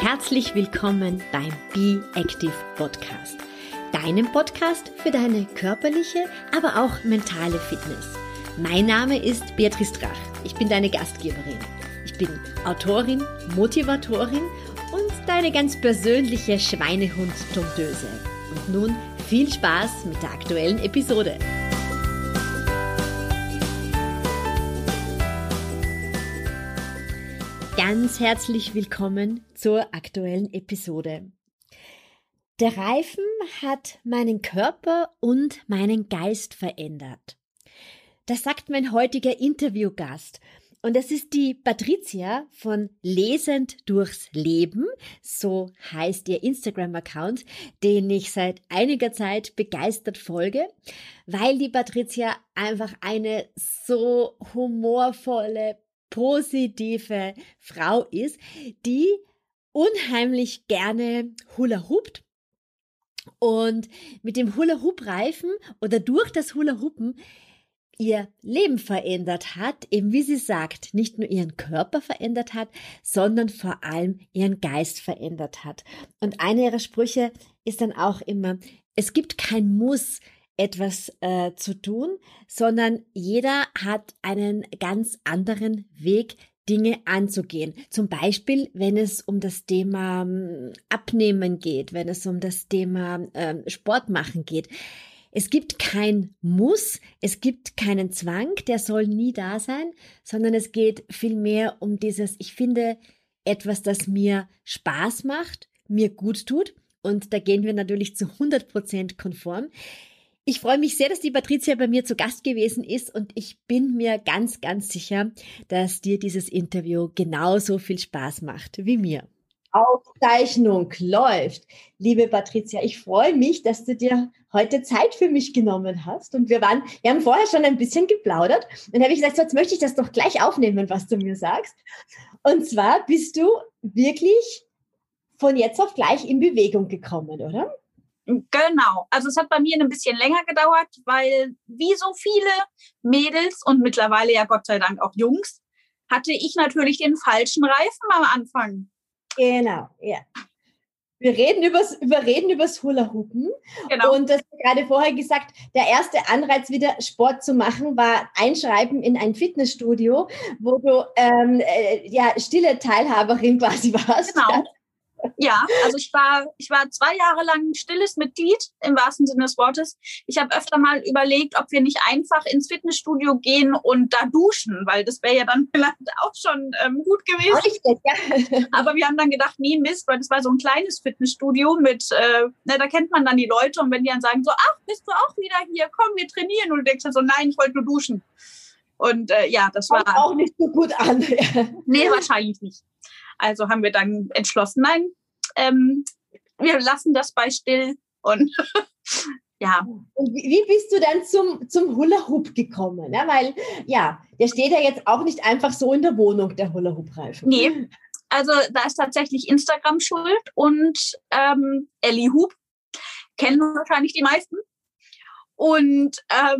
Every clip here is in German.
Herzlich willkommen beim Be Active Podcast, deinem Podcast für deine körperliche, aber auch mentale Fitness. Mein Name ist Beatrice Drach, ich bin deine Gastgeberin. Ich bin Autorin, Motivatorin und deine ganz persönliche Schweinehund-Dompteuse. Und nun viel Spaß mit der aktuellen Episode. Ganz herzlich willkommen zur aktuellen Episode. Der Reifen hat meinen Körper und meinen Geist verändert. Das sagt mein heutiger Interviewgast. Und das ist die Patricia von Lesend durchs Leben, so heißt ihr Instagram-Account, den ich seit einiger Zeit begeistert folge, weil die Patricia einfach eine so humorvolle, positive Frau ist, die unheimlich gerne Hula-hoopt und mit dem Hula-Hoop-Reifen oder durch das Hula-Hoopen ihr Leben verändert hat, eben wie sie sagt, nicht nur ihren Körper verändert hat, sondern vor allem ihren Geist verändert hat. Und einer ihrer Sprüche ist dann auch immer, es gibt kein Muss, etwas zu tun, sondern jeder hat einen ganz anderen Weg, Dinge anzugehen. Zum Beispiel, wenn es um das Thema Abnehmen geht, wenn es um das Thema Sport machen geht. Es gibt kein Muss, es gibt keinen Zwang, der soll nie da sein, sondern es geht vielmehr um dieses, ich finde etwas, das mir Spaß macht, mir gut tut, und da gehen wir natürlich zu 100% konform. Ich freue mich sehr, dass die Patricia bei mir zu Gast gewesen ist, und ich bin mir ganz, ganz sicher, dass dir dieses Interview genauso viel Spaß macht wie mir. Aufzeichnung läuft. Liebe Patricia, ich freue mich, dass du dir heute Zeit für mich genommen hast. Und wir haben vorher schon ein bisschen geplaudert. Und dann habe ich gesagt, so, jetzt möchte ich das doch gleich aufnehmen, was du mir sagst. Und zwar bist du wirklich von jetzt auf gleich in Bewegung gekommen, oder? Genau. Also es hat bei mir ein bisschen länger gedauert, weil wie so viele Mädels und mittlerweile ja Gott sei Dank auch Jungs, hatte ich natürlich den falschen Reifen am Anfang. Genau, ja. Wir reden übers Hula-Hoopen. Genau. Und das hast du gerade vorher gesagt, der erste Anreiz, wieder Sport zu machen, war Einschreiben in ein Fitnessstudio, wo du stille Teilhaberin quasi warst. Genau. Ja, also ich war 2 Jahre lang ein stilles Mitglied, im wahrsten Sinne des Wortes. Ich habe öfter mal überlegt, ob wir nicht einfach ins Fitnessstudio gehen und da duschen, weil das wäre ja dann vielleicht auch schon gut gewesen. Richtig, ja. Aber wir haben dann gedacht, nee, Mist, weil das war so ein kleines Fitnessstudio mit, da kennt man dann die Leute, und wenn die dann sagen so, ach, bist du auch wieder hier, komm, wir trainieren, und du denkst dann so, nein, ich wollte nur duschen. Und das war auch nicht so gut an. Nee, wahrscheinlich nicht. Also haben wir dann entschlossen, nein, wir lassen das bei still. Und ja. Und wie bist du dann zum Hula-Hoop gekommen? Ja, weil, ja, der steht ja jetzt auch nicht einfach so in der Wohnung, der Hula-Hoop-Reifen. Nee, also da ist tatsächlich Instagram schuld und Ellie Hoop, kennen wahrscheinlich die meisten. Und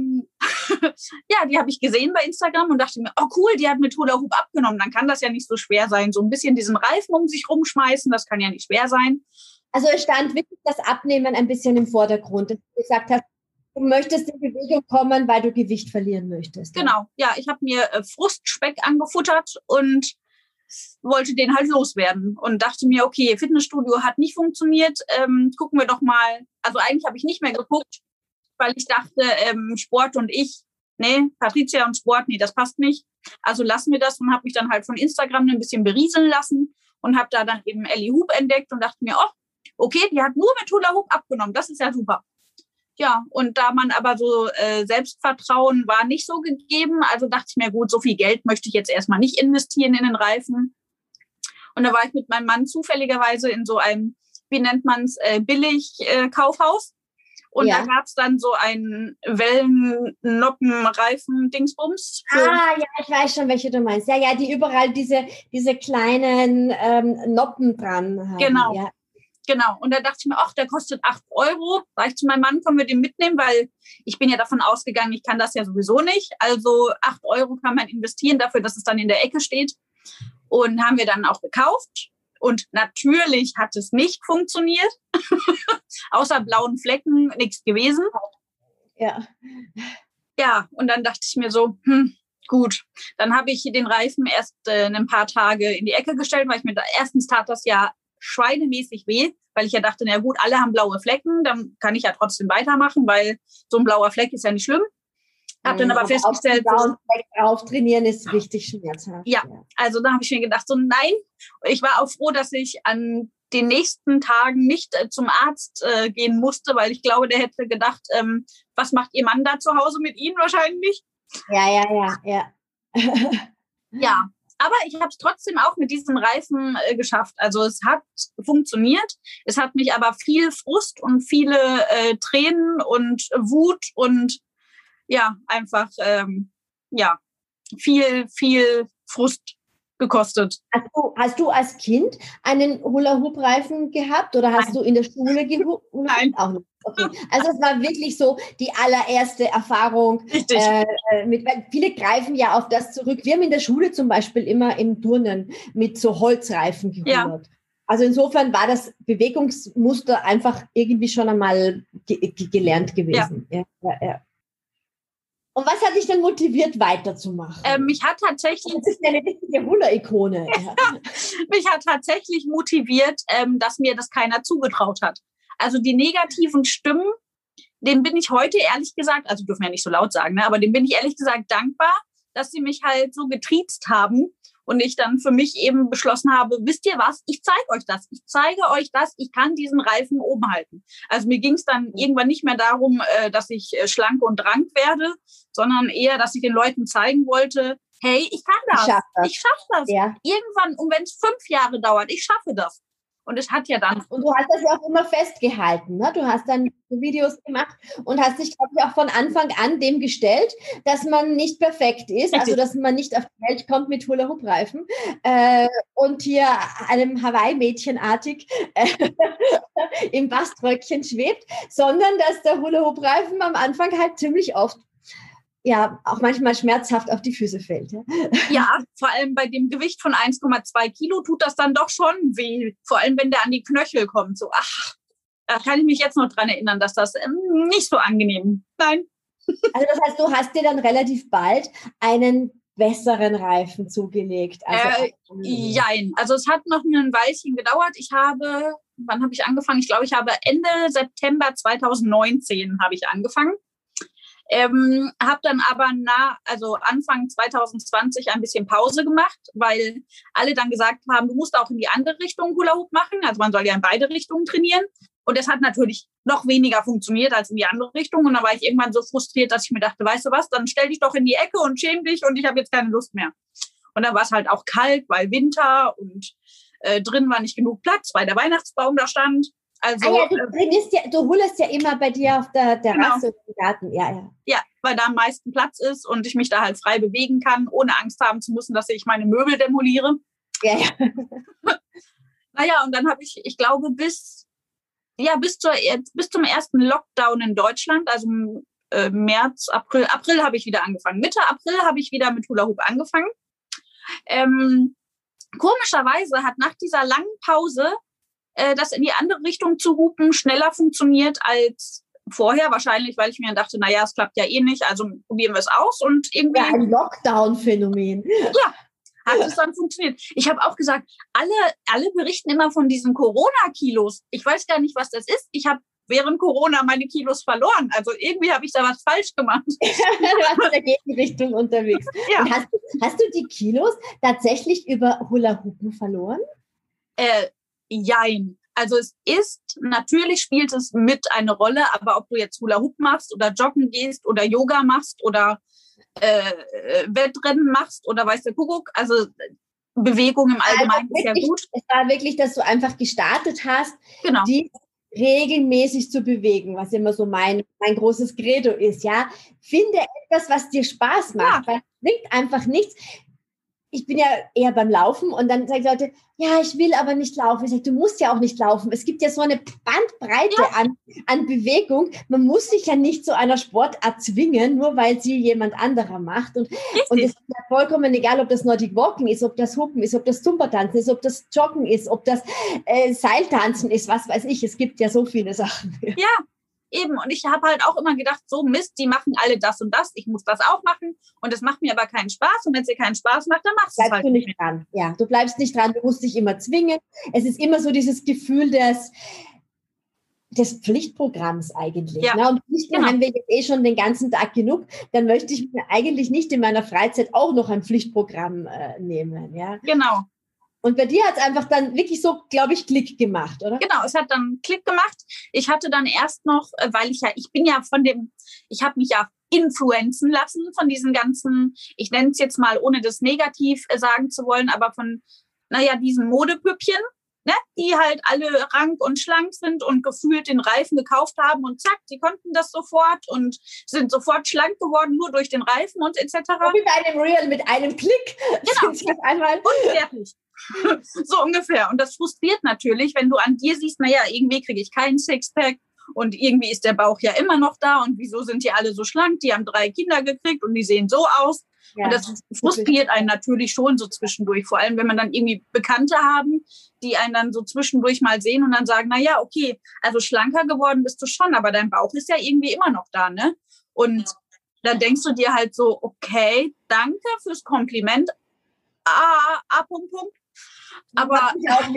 die habe ich gesehen bei Instagram und dachte mir, oh cool, die hat mit Hula Hoop abgenommen, dann kann das ja nicht so schwer sein. So ein bisschen diesen Reifen um sich rumschmeißen, das kann ja nicht schwer sein. Also es stand wirklich das Abnehmen ein bisschen im Vordergrund, dass du gesagt hast, du möchtest in Bewegung kommen, weil du Gewicht verlieren möchtest. Genau, ja, ich habe mir Frustspeck angefuttert und wollte den halt loswerden und dachte mir, okay, Fitnessstudio hat nicht funktioniert, gucken wir doch mal. Also eigentlich habe ich nicht mehr geguckt, weil ich dachte, Sport und ich, nee, Patricia und Sport, nee, das passt nicht. Also lassen wir das, und habe mich dann halt von Instagram ein bisschen berieseln lassen und habe da dann eben Ellie Hoop entdeckt und dachte mir, oh, okay, die hat nur mit Hula Hoop abgenommen, das ist ja super. Ja, und da man aber so Selbstvertrauen war nicht so gegeben, also dachte ich mir, gut, so viel Geld möchte ich jetzt erstmal nicht investieren in den Reifen. Und da war ich mit meinem Mann zufälligerweise in so einem, wie nennt man es, Billig-Kaufhaus. Und da gab es dann so einen Wellennoppen-Reifen-Dingsbums. Ja, ich weiß schon, welche du meinst. Ja, die überall diese kleinen Noppen dran haben. Genau. Ja. Genau. Und da dachte ich mir, ach, der kostet 8 €. Sag ich zu meinem Mann, können wir den mitnehmen? Weil ich bin ja davon ausgegangen, ich kann das ja sowieso nicht. Also 8 € kann man investieren dafür, dass es dann in der Ecke steht. Und haben wir dann auch gekauft. Und natürlich hat es nicht funktioniert. Außer blauen Flecken nichts gewesen. Ja. Ja, und dann dachte ich mir so, gut. Dann habe ich den Reifen erst ein paar Tage in die Ecke gestellt, weil ich mir erstens tat das ja schweinemäßig weh, weil ich ja dachte, na gut, alle haben blaue Flecken, dann kann ich ja trotzdem weitermachen, weil so ein blauer Fleck ist ja nicht schlimm. Hab dann aber festgestellt, auf den blauen Fleck drauf trainieren ist richtig schmerzhaft. Ja, also da habe ich mir gedacht, so nein. Ich war auch froh, dass ich an den nächsten Tagen nicht zum Arzt gehen musste, weil ich glaube, der hätte gedacht, was macht Ihr Mann da zu Hause mit Ihnen wahrscheinlich? Ja. Ja, aber ich habe es trotzdem auch mit diesem Reifen geschafft. Also es hat funktioniert. Es hat mich aber viel Frust und viele Tränen und Wut und ja, einfach viel Frust gekostet. Hast du als Kind einen Hula-Hoop-Reifen gehabt oder hast du in der Schule gehupt? Nein. Auch nicht. Okay. Also es war wirklich so die allererste Erfahrung. Richtig. Weil viele greifen ja auf das zurück. Wir haben in der Schule zum Beispiel immer im Turnen mit so Holzreifen gehurt. Ja. Also insofern war das Bewegungsmuster einfach irgendwie schon einmal gelernt gewesen. Ja. Und was hat dich denn motiviert, weiterzumachen? Mich hat tatsächlich... Das ist ja eine richtige Hula-Ikone. Mich hat tatsächlich motiviert, dass mir das keiner zugetraut hat. Also die negativen Stimmen, denen bin ich heute ehrlich gesagt, also dürfen wir ja nicht so laut sagen, ne, aber denen bin ich ehrlich gesagt dankbar, dass sie mich halt so getriezt haben und ich dann für mich eben beschlossen habe, wisst ihr was, ich zeige euch das, ich kann diesen Reifen oben halten. Also mir ging es dann irgendwann nicht mehr darum, dass ich schlank und rank werde, sondern eher, dass ich den Leuten zeigen wollte, hey, ich kann das, ich schaffe das. Ja. Irgendwann, und wenn es 5 Jahre dauert, ich schaffe das. Und es hat ja dann... Und du hast das ja auch immer festgehalten, ne? Du hast dann Videos gemacht und hast dich, glaube ich, auch von Anfang an dem gestellt, dass man nicht perfekt ist, also dass man nicht auf die Welt kommt mit Hula-Hoop-Reifen und hier einem Hawaii-Mädchenartig im Baströckchen schwebt, sondern dass der Hula-Hoop-Reifen am Anfang halt ziemlich oft auch manchmal schmerzhaft auf die Füße fällt. Ja, vor allem bei dem Gewicht von 1,2 Kilo tut das dann doch schon weh. Vor allem, wenn der an die Knöchel kommt. So, da kann ich mich jetzt noch dran erinnern, dass das nicht so angenehm. Nein. Also das heißt, du hast dir dann relativ bald einen besseren Reifen zugelegt. Jein. Also es hat noch ein Weilchen gedauert. Wann habe ich angefangen? Ich glaube, ich habe Ende September 2019 habe ich angefangen. Habe dann aber Anfang 2020 ein bisschen Pause gemacht, weil alle dann gesagt haben, du musst auch in die andere Richtung Hula Hoop machen. Also man soll ja in beide Richtungen trainieren. Und das hat natürlich noch weniger funktioniert als in die andere Richtung. Und dann war ich irgendwann so frustriert, dass ich mir dachte, weißt du was, dann stell dich doch in die Ecke und schäm dich und ich habe jetzt keine Lust mehr. Und dann war es halt auch kalt, weil Winter und drin war nicht genug Platz, weil der Weihnachtsbaum da stand. Also, du hulest ja immer bei dir auf der Terrasse im Garten. Ja, weil da am meisten Platz ist und ich mich da halt frei bewegen kann, ohne Angst haben zu müssen, dass ich meine Möbel demoliere. Ja. Naja, und dann habe ich glaube, bis zum ersten Lockdown in Deutschland, also März, April habe ich wieder angefangen. Mitte April habe ich wieder mit Hula Hoop angefangen. Komischerweise hat nach dieser langen Pause das in die andere Richtung zu hupen schneller funktioniert als vorher. Wahrscheinlich, weil ich mir dachte, naja, es klappt ja eh nicht, also probieren wir es aus. Und irgendwie ein Lockdown-Phänomen. Ja, hat es dann funktioniert. Ich habe auch gesagt, alle berichten immer von diesen Corona-Kilos. Ich weiß gar nicht, was das ist. Ich habe während Corona meine Kilos verloren. Also irgendwie habe ich da was falsch gemacht. Du warst in der Gegenrichtung unterwegs. Ja. Und hast du die Kilos tatsächlich über Hula-Hoopen verloren? Jein. Also natürlich spielt es mit eine Rolle, aber ob du jetzt Hula Hoop machst oder joggen gehst oder Yoga machst oder Wettrennen machst oder weiß der Kuckuck, also Bewegung im Allgemeinen ist ja gut. Es war wirklich, dass du einfach gestartet hast, die regelmäßig zu bewegen, was immer so mein großes Credo ist, ja. Finde etwas, was dir Spaß macht, weil es bringt einfach nichts. ich bin ja eher beim Laufen und dann sagen Leute, ja, ich will aber nicht laufen. Ich sage, du musst ja auch nicht laufen. Es gibt ja so eine Bandbreite an Bewegung. Man muss sich ja nicht zu einer Sportart zwingen, nur weil sie jemand anderer macht. Und es ist ja vollkommen egal, ob das Nordic Walking ist, ob das Hupen ist, ob das Zumba-Tanzen ist, ob das Joggen ist, ob das Seiltanzen ist, was weiß ich. Es gibt ja so viele Sachen. Ja. Eben, und ich habe halt auch immer gedacht, so Mist, die machen alle das und das, ich muss das auch machen und es macht mir aber keinen Spaß und wenn es dir keinen Spaß macht, dann machst du es halt nicht dran. Ja, du bleibst nicht dran, du musst dich immer zwingen. Es ist immer so dieses Gefühl des Pflichtprogramms eigentlich. Ja, ne? Und Pflichten haben wir jetzt schon den ganzen Tag genug, dann möchte ich mir eigentlich nicht in meiner Freizeit auch noch ein Pflichtprogramm nehmen. Ja? Genau. Und bei dir hat es einfach dann wirklich so, glaube ich, Klick gemacht, oder? Genau, es hat dann Klick gemacht. Ich hatte dann erst noch, weil ich habe mich ja influenzen lassen von diesen ganzen, ich nenne es jetzt mal, ohne das negativ sagen zu wollen, aber von, diesen Modepüppchen, ne, die halt alle rank und schlank sind und gefühlt den Reifen gekauft haben und zack, die konnten das sofort und sind sofort schlank geworden, nur durch den Reifen und etc. Wie bei einem Reel mit einem Klick. Genau. Und fertig. So ungefähr. Und das frustriert natürlich, wenn du an dir siehst, irgendwie kriege ich keinen Sixpack und irgendwie ist der Bauch ja immer noch da und wieso sind die alle so schlank? Die haben 3 Kinder gekriegt und die sehen so aus. Ja, und das frustriert einen natürlich schon so zwischendurch, vor allem wenn man dann irgendwie Bekannte haben, die einen dann so zwischendurch mal sehen und dann sagen, okay, also schlanker geworden bist du schon, aber dein Bauch ist ja irgendwie immer noch da, ne? Und dann denkst du dir halt so, okay, danke fürs Kompliment, Punkt. Aber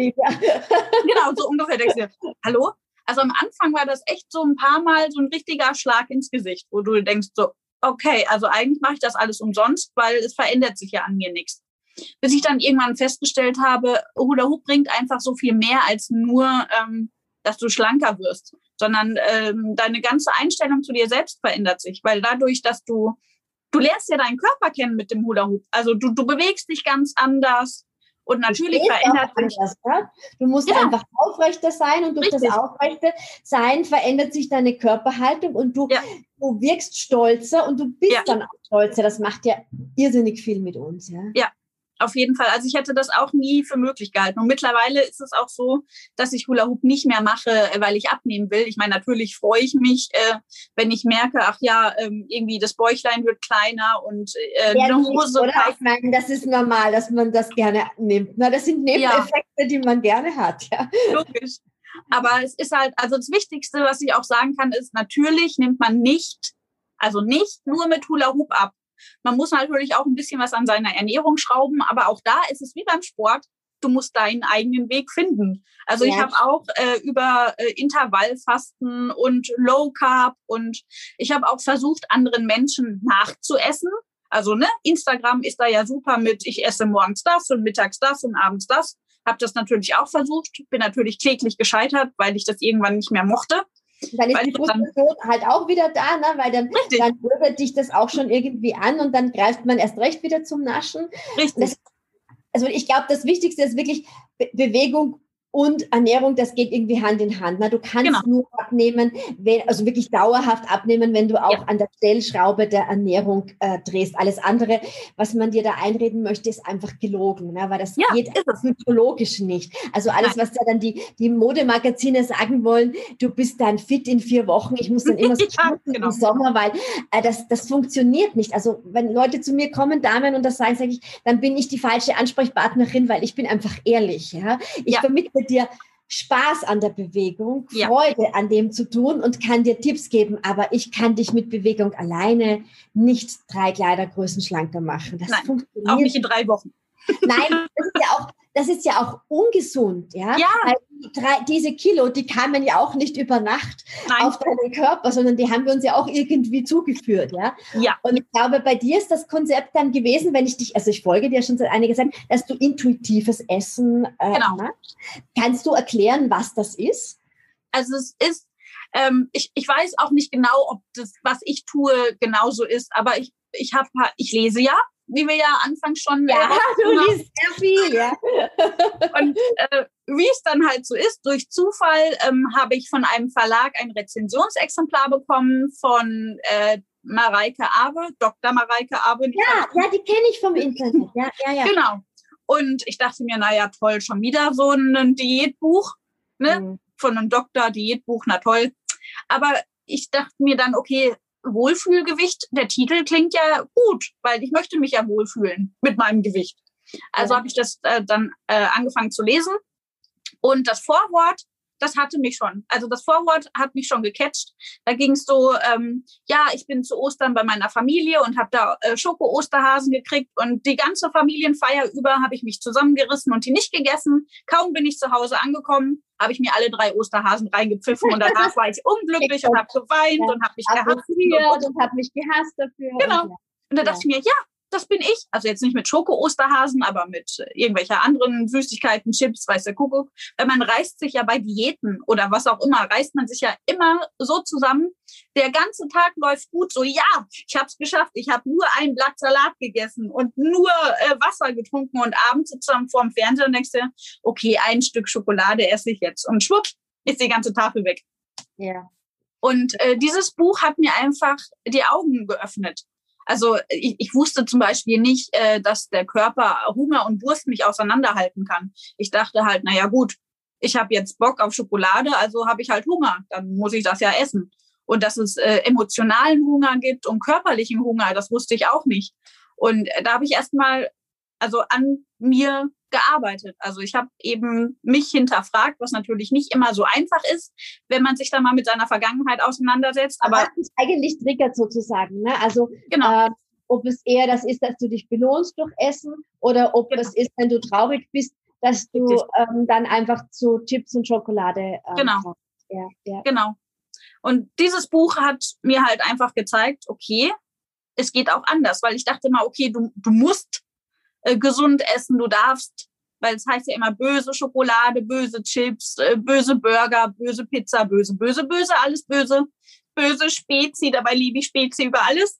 genau, so ungefähr denkst du dir, hallo? Also am Anfang war das echt so ein paar Mal so ein richtiger Schlag ins Gesicht, wo du denkst so, okay, also eigentlich mache ich das alles umsonst, weil es verändert sich ja an mir nichts. Bis ich dann irgendwann festgestellt habe, Hula Hoop bringt einfach so viel mehr als nur, dass du schlanker wirst, sondern deine ganze Einstellung zu dir selbst verändert sich, weil dadurch, dass du lernst ja deinen Körper kennen mit dem Hula Hoop. Also du bewegst dich ganz anders und natürlich verändert sich. Ja? Du musst einfach aufrechter sein und durch das aufrechte Sein verändert sich deine Körperhaltung und du wirkst stolzer und du bist dann auch stolzer. Das macht ja irrsinnig viel mit uns. Ja. Auf jeden Fall. Also ich hätte das auch nie für möglich gehalten. Und mittlerweile ist es auch so, dass ich Hula Hoop nicht mehr mache, weil ich abnehmen will. Ich meine, natürlich freue ich mich, wenn ich merke, irgendwie das Bäuchlein wird kleiner und eine Hose passt. Ich meine, das ist normal, dass man das gerne nimmt. Na, das sind Nebeneffekte, die man gerne hat. Ja. Logisch. Aber es ist halt, also das Wichtigste, was ich auch sagen kann, ist, natürlich nimmt man nicht nur mit Hula Hoop ab. Man muss natürlich auch ein bisschen was an seiner Ernährung schrauben, aber auch da ist es wie beim Sport, du musst deinen eigenen Weg finden. Also ich habe auch über Intervallfasten und Low Carb und ich habe auch versucht, anderen Menschen nachzuessen. Also Instagram ist da ja super mit, ich esse morgens das und mittags das und abends das. Habe das natürlich auch versucht, bin natürlich kläglich gescheitert, weil ich das irgendwann nicht mehr mochte. Dann ist die Frustration halt auch wieder da, ne? Weil dann rührt dich das auch schon irgendwie an und dann greift man erst recht wieder zum Naschen. Richtig. Also ich glaube, das Wichtigste ist wirklich Bewegung und Ernährung, das geht irgendwie Hand in Hand. Du kannst nur abnehmen, also wirklich dauerhaft abnehmen, wenn du auch an der Stellschraube der Ernährung drehst. Alles andere, was man dir da einreden möchte, ist einfach gelogen, weil das geht psychologisch nicht. Also alles, was da dann die Modemagazine sagen wollen, du bist dann fit in 4 Wochen, ich muss dann immer so schmutzen im Sommer, weil das funktioniert nicht. Also wenn Leute zu mir kommen, Damen, und das sagen, sage ich, dann bin ich die falsche Ansprechpartnerin, weil ich bin einfach ehrlich. Ja? Ich vermittle dir Spaß an der Bewegung, Freude an dem zu tun und kann dir Tipps geben, aber ich kann dich mit Bewegung alleine nicht 3 Kleidergrößen schlanker machen. Das funktioniert auch nicht in 3 Wochen. Nein, das ist ja auch ungesund, ja. Weil diese Kilo, die kamen ja auch nicht über Nacht auf deinen Körper, sondern die haben wir uns ja auch irgendwie zugeführt, ja. Und ich glaube, bei dir ist das Konzept dann gewesen, ich folge dir schon seit einiger Zeit, dass du intuitives Essen machst. Kannst du erklären, was das ist? Also es ist, ich weiß auch nicht genau, ob das, was ich tue, genauso ist, aber ich lese ja, wie wir ja anfangs schon... Ja, du liest sehr viel, ja. Und wie es dann halt so ist, durch Zufall habe ich von einem Verlag ein Rezensionsexemplar bekommen von Mareike Awe, Dr. Mareike Awe. Ja, die kenne ich vom Internet. Ja. Genau. Und ich dachte mir, naja, toll, schon wieder so ein Diätbuch, ne? Von einem Doktor, Diätbuch, na toll. Aber ich dachte mir dann, okay, Wohlfühlgewicht, der Titel klingt ja gut, weil ich möchte mich ja wohlfühlen mit meinem Gewicht. Also habe ich das dann angefangen zu lesen. Und das Vorwort, das hatte mich schon. Also das Vorwort hat mich schon gecatcht. Da ging es so, ich bin zu Ostern bei meiner Familie und habe da Schoko-Osterhasen gekriegt. Und die ganze Familienfeier über habe ich mich zusammengerissen und die nicht gegessen. Kaum bin ich zu Hause angekommen, habe ich mir alle 3 Osterhasen reingepfiffen. Und danach war ich unglücklich und habe geweint und habe mich gehasst. Und habe mich gehasst dafür. Genau. Und da dachte ich mir, das bin ich. Also jetzt nicht mit Schoko-Osterhasen, aber mit irgendwelcher anderen Süßigkeiten, Chips, weiß der Kuckuck. Weil man reißt sich ja bei Diäten oder was auch immer, reißt man sich ja immer so zusammen. Der ganze Tag läuft gut, so ich habe es geschafft. Ich habe nur ein Blatt Salat gegessen und nur Wasser getrunken und abends sitzt du vorm Fernseher und denkst dir, okay, ein Stück Schokolade esse ich jetzt. Und schwupp, ist die ganze Tafel weg. Ja. Und dieses Buch hat mir einfach die Augen geöffnet. Also ich wusste zum Beispiel nicht, dass der Körper Hunger und Durst nicht auseinanderhalten kann. Ich dachte halt, naja gut, ich habe jetzt Bock auf Schokolade, also habe ich halt Hunger. Dann muss ich das ja essen. Und dass es emotionalen Hunger gibt und körperlichen Hunger, das wusste ich auch nicht. Und da habe ich erstmal an mir gearbeitet. Also ich habe eben mich hinterfragt, was natürlich nicht immer so einfach ist, wenn man sich dann mal mit seiner Vergangenheit auseinandersetzt. Aber was dich eigentlich triggert sozusagen, ne? Also genau. Ob es eher das ist, dass du dich belohnst durch Essen oder ob es ist, wenn du traurig bist, dass du dann einfach zu Chips und Schokolade genau. Ja. Genau. Und dieses Buch hat mir halt einfach gezeigt, okay, es geht auch anders, weil ich dachte immer, okay, du musst gesund essen, du darfst, weil es heißt ja immer böse Schokolade, böse Chips, böse Burger, böse Pizza, böse, alles böse, böse Spezi, dabei liebe ich Spezi über alles.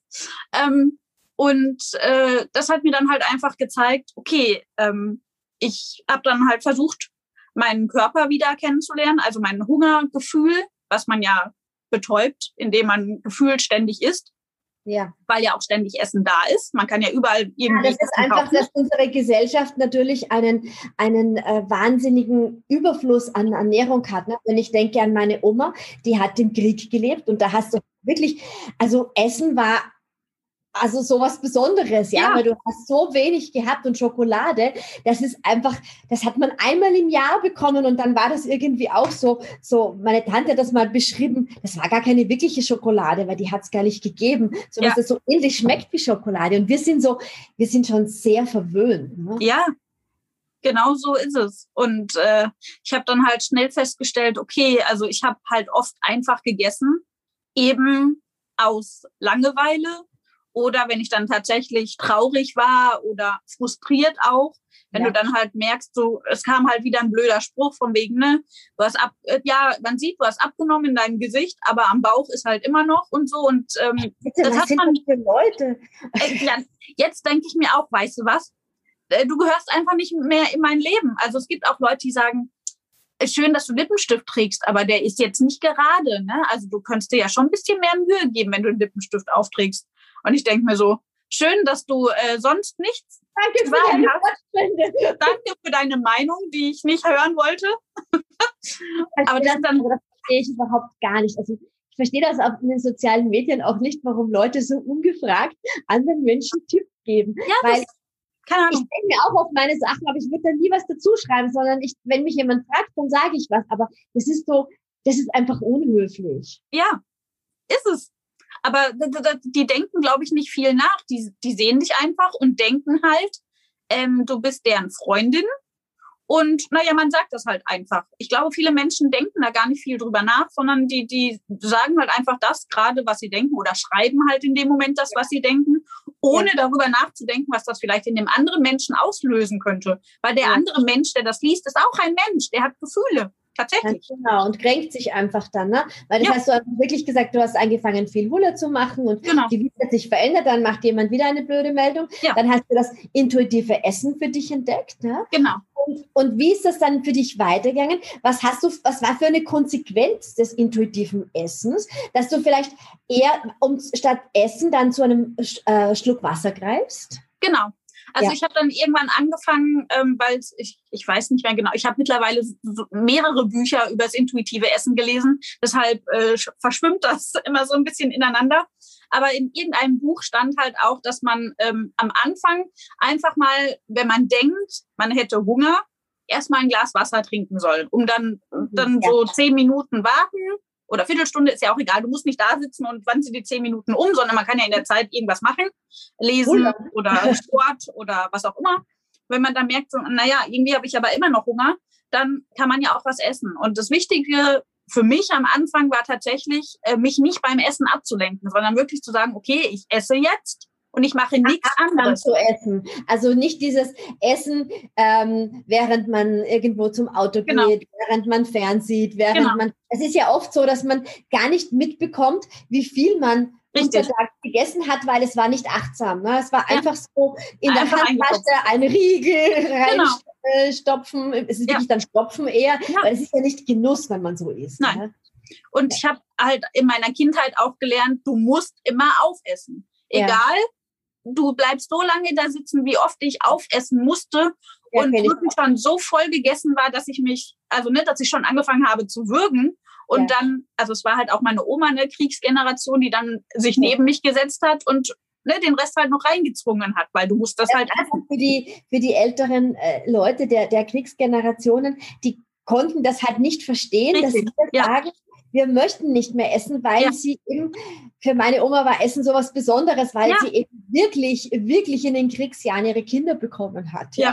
Das hat mir dann halt einfach gezeigt, okay, ich habe dann halt versucht, meinen Körper wieder kennenzulernen, also mein Hungergefühl, was man ja betäubt, indem man gefühlt ständig isst. Ja. Weil ja auch ständig Essen da ist. Man kann ja überall irgendwie. Das ist einfach, kaufen. Dass unsere Gesellschaft natürlich einen wahnsinnigen Überfluss an Ernährung hat. Ne? Wenn ich denke an meine Oma, die hat im Krieg gelebt und da hast du wirklich, also Essen war also sowas Besonderes, ja, weil du hast so wenig gehabt und Schokolade, das ist einfach, das hat man einmal im Jahr bekommen und dann war das irgendwie auch so, meine Tante hat das mal beschrieben, das war gar keine wirkliche Schokolade, weil die hat es gar nicht gegeben, so dass das so ähnlich schmeckt wie Schokolade und wir sind schon sehr verwöhnt. Ne? Ja, genau so ist es und ich habe dann halt schnell festgestellt, okay, also ich habe halt oft einfach gegessen, eben aus Langeweile, oder wenn ich dann tatsächlich traurig war oder frustriert auch, wenn du dann halt merkst, so, es kam halt wieder ein blöder Spruch von wegen, ne, man sieht, du hast abgenommen in deinem Gesicht, aber am Bauch ist halt immer noch und so und das hat man für Leute. Jetzt denke ich mir auch, weißt du was, du gehörst einfach nicht mehr in mein Leben. Also es gibt auch Leute, die sagen, schön, dass du Lippenstift trägst, aber der ist jetzt nicht gerade, ne? Also du könntest dir ja schon ein bisschen mehr Mühe geben, wenn du einen Lippenstift aufträgst. Und ich denke mir so, schön, dass du sonst nichts zu sagen hast. Danke für deine Meinung, die ich nicht hören wollte. Aber das verstehe ich überhaupt gar nicht. Also ich verstehe das auf den sozialen Medien auch nicht, warum Leute so ungefragt anderen Menschen Tipps geben. Ja, weil ich denke mir auch auf meine Sachen, aber ich würde da nie was dazu schreiben, sondern wenn mich jemand fragt, dann sage ich was. Aber das ist einfach unhöflich. Ja, ist es. Aber die denken, glaube ich, nicht viel nach. Die sehen dich einfach und denken halt, du bist deren Freundin. Und naja, man sagt das halt einfach. Ich glaube, viele Menschen denken da gar nicht viel drüber nach, sondern die sagen halt einfach das gerade, was sie denken oder schreiben halt in dem Moment das, was sie denken, ohne darüber nachzudenken, was das vielleicht in dem anderen Menschen auslösen könnte. Weil der andere Mensch, der das liest, ist auch ein Mensch, der hat Gefühle. Tatsächlich. Ja, genau, und kränkt sich einfach dann, ne? Weil das hast du einfach wirklich gesagt, du hast angefangen, viel Hulle zu machen und die Wiese hat sich verändert, dann macht jemand wieder eine blöde Meldung. Ja. Dann hast du das intuitive Essen für dich entdeckt, ne? Genau. Und wie ist das dann für dich weitergegangen? Was war für eine Konsequenz des intuitiven Essens, dass du vielleicht eher statt Essen dann zu einem Schluck Wasser greifst? Genau. Also ich habe dann irgendwann angefangen, weil ich weiß nicht mehr genau, ich habe mittlerweile mehrere Bücher über das intuitive Essen gelesen, deshalb verschwimmt das immer so ein bisschen ineinander. Aber in irgendeinem Buch stand halt auch, dass man am Anfang einfach mal, wenn man denkt, man hätte Hunger, erstmal ein Glas Wasser trinken soll, um dann so 10 Minuten warten. Oder Viertelstunde, ist ja auch egal. Du musst nicht da sitzen und wann sind die 10 Minuten um, sondern man kann ja in der Zeit irgendwas machen, lesen oder Sport oder was auch immer. Wenn man dann merkt, so, naja, irgendwie habe ich aber immer noch Hunger, dann kann man ja auch was essen. Und das Wichtige für mich am Anfang war tatsächlich, mich nicht beim Essen abzulenken, sondern wirklich zu sagen, okay, ich esse jetzt. Und ich mache nichts anderes. Zu essen. Also nicht dieses Essen, während man irgendwo zum Auto geht, während man fernsieht, es ist ja oft so, dass man gar nicht mitbekommt, wie viel man untertags gegessen hat, weil es war nicht achtsam. Ne? Es war einfach so in der Handtasche ein Riegel reinstopfen. Es ist wirklich dann Stopfen eher, weil es ist ja nicht Genuss, wenn man so isst. Nein. Ne? Und ich habe halt in meiner Kindheit auch gelernt, du musst immer aufessen. Egal, du bleibst so lange da sitzen, wie oft ich aufessen musste und wirklich schon so voll gegessen war, dass ich mich, dass ich schon angefangen habe zu würgen. Und dann, es war halt auch meine Oma, eine Kriegsgeneration, die dann sich neben mich gesetzt hat und den Rest halt noch reingezwungen hat, weil du musst das halt essen. Für die älteren Leute der Kriegsgenerationen, die konnten das halt nicht verstehen, dass sie sagen, wir möchten nicht mehr essen, weil sie eben, für meine Oma war Essen sowas Besonderes, weil sie eben wirklich, wirklich in den Kriegsjahren ihre Kinder bekommen hat. Da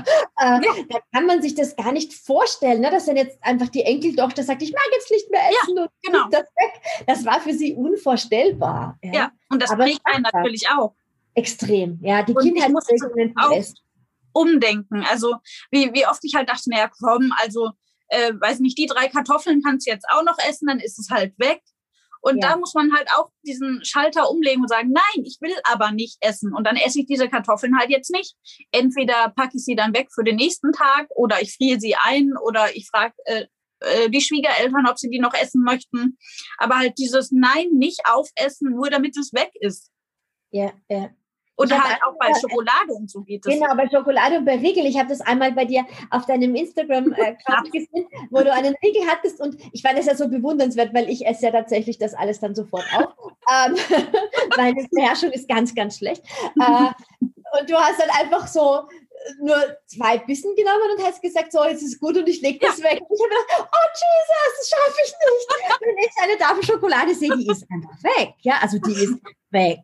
kann man sich das gar nicht vorstellen, ne, dass dann jetzt einfach die Enkeltochter sagt, ich mag jetzt nicht mehr essen und das weg. Das war für sie unvorstellbar. Ja, und das prägt einen natürlich auch. Extrem, ja. Die Kindheitsprägungen auch umdenken. Also wie oft ich halt dachte, naja, komm, weiß nicht, die 3 Kartoffeln kannst du jetzt auch noch essen, dann ist es halt weg. Und da muss man halt auch diesen Schalter umlegen und sagen, nein, ich will aber nicht essen. Und dann esse ich diese Kartoffeln halt jetzt nicht. Entweder packe ich sie dann weg für den nächsten Tag oder ich friere sie ein oder ich frage die Schwiegereltern, ob sie die noch essen möchten. Aber halt dieses Nein, nicht aufessen, nur damit es weg ist. Ja. Und halt auch bei Schokolade und so geht das. Genau, bei Schokolade und bei Riegel. Ich habe das einmal bei dir auf deinem Instagram-Account gesehen, wo du einen Riegel hattest und ich fand es ja so bewundernswert, weil ich esse ja tatsächlich das alles dann sofort auf. Meine Beherrschung ist ganz, ganz schlecht. Und du hast dann einfach so nur 2 Bissen genommen und hast gesagt, so, jetzt ist gut und ich lege das weg. Und ich habe gedacht, oh Jesus, das schaffe ich nicht. Wenn ich eine Tafel Schokolade sehe, die ist einfach weg. Ja, also die ist weg.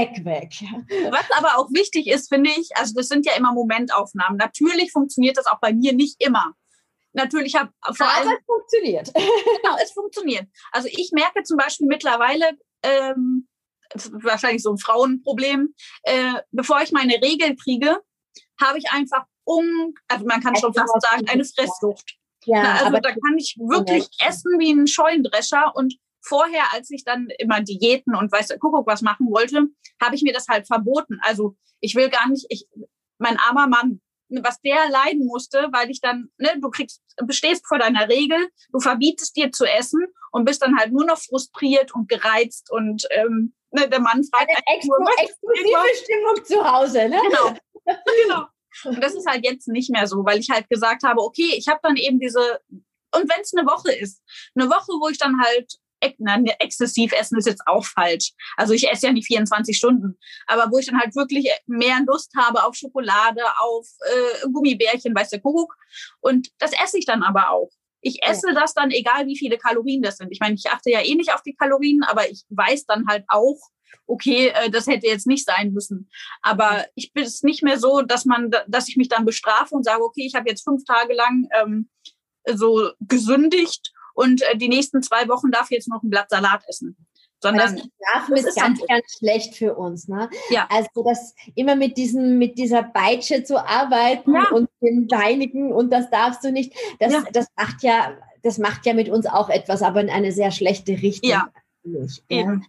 Was aber auch wichtig ist, finde ich, das sind ja immer Momentaufnahmen. Natürlich funktioniert das auch bei mir nicht immer. Natürlich aber es funktioniert. Genau, es funktioniert. Also ich merke zum Beispiel mittlerweile, wahrscheinlich so ein Frauenproblem, bevor ich meine Regel kriege, habe ich einfach man kann schon fast sagen, eine Fresssucht. Ja, da kann ich wirklich essen wie ein Scheunendrescher und vorher, als ich dann immer Diäten und weiß der Kuckuck was machen wollte, habe ich mir das halt verboten. Also ich will gar nicht, mein armer Mann, was der leiden musste, weil ich dann, du bestehst vor deiner Regel, du verbietest dir zu essen und bist dann halt nur noch frustriert und gereizt und der Mann fragt eine exklusive Stimmung zu Hause, ne? Genau. Und das ist halt jetzt nicht mehr so, weil ich halt gesagt habe, okay, ich habe dann eben und wenn es eine Woche ist, wo ich dann halt exzessiv essen ist jetzt auch falsch. Also ich esse ja nicht 24 Stunden, aber wo ich dann halt wirklich mehr Lust habe auf Schokolade, auf Gummibärchen, weiß der Kuckuck. Und das esse ich dann aber auch. Ich esse das dann, egal wie viele Kalorien das sind. Ich meine, ich achte ja eh nicht auf die Kalorien, aber ich weiß dann halt auch, okay, das hätte jetzt nicht sein müssen. Aber ich bin es nicht mehr so, dass ich mich dann bestrafe und sage, okay, ich habe jetzt 5 Tage lang so gesündigt und die nächsten 2 Wochen darf ich jetzt noch ein Blatt Salat essen. Sondern das Schlafen ist ganz, ganz schlecht für uns. Ne? Ja. Also das immer mit dieser Peitsche zu arbeiten und den Deinigen und das darfst du nicht, das macht ja mit uns auch etwas, aber in eine sehr schlechte Richtung. Ja, eben.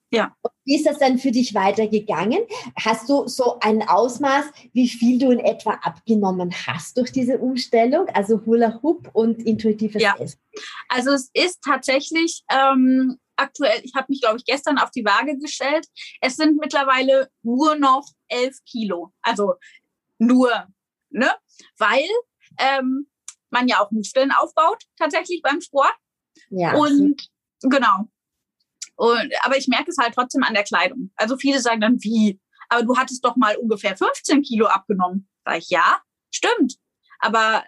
Ja. Und wie ist das dann für dich weitergegangen? Hast du so ein Ausmaß, wie viel du in etwa abgenommen hast durch diese Umstellung? Also Hula Hoop und intuitives Essen. Also es ist tatsächlich aktuell, ich habe mich, glaube ich, gestern auf die Waage gestellt. Es sind mittlerweile nur noch 11 Kilo. Also nur, ne? Weil man ja auch Muskeln aufbaut, tatsächlich beim Sport. Ja. Und genau. Aber ich merke es halt trotzdem an der Kleidung. Also viele sagen dann, wie? Aber du hattest doch mal ungefähr 15 Kilo abgenommen. Sag ich, ja, stimmt. Aber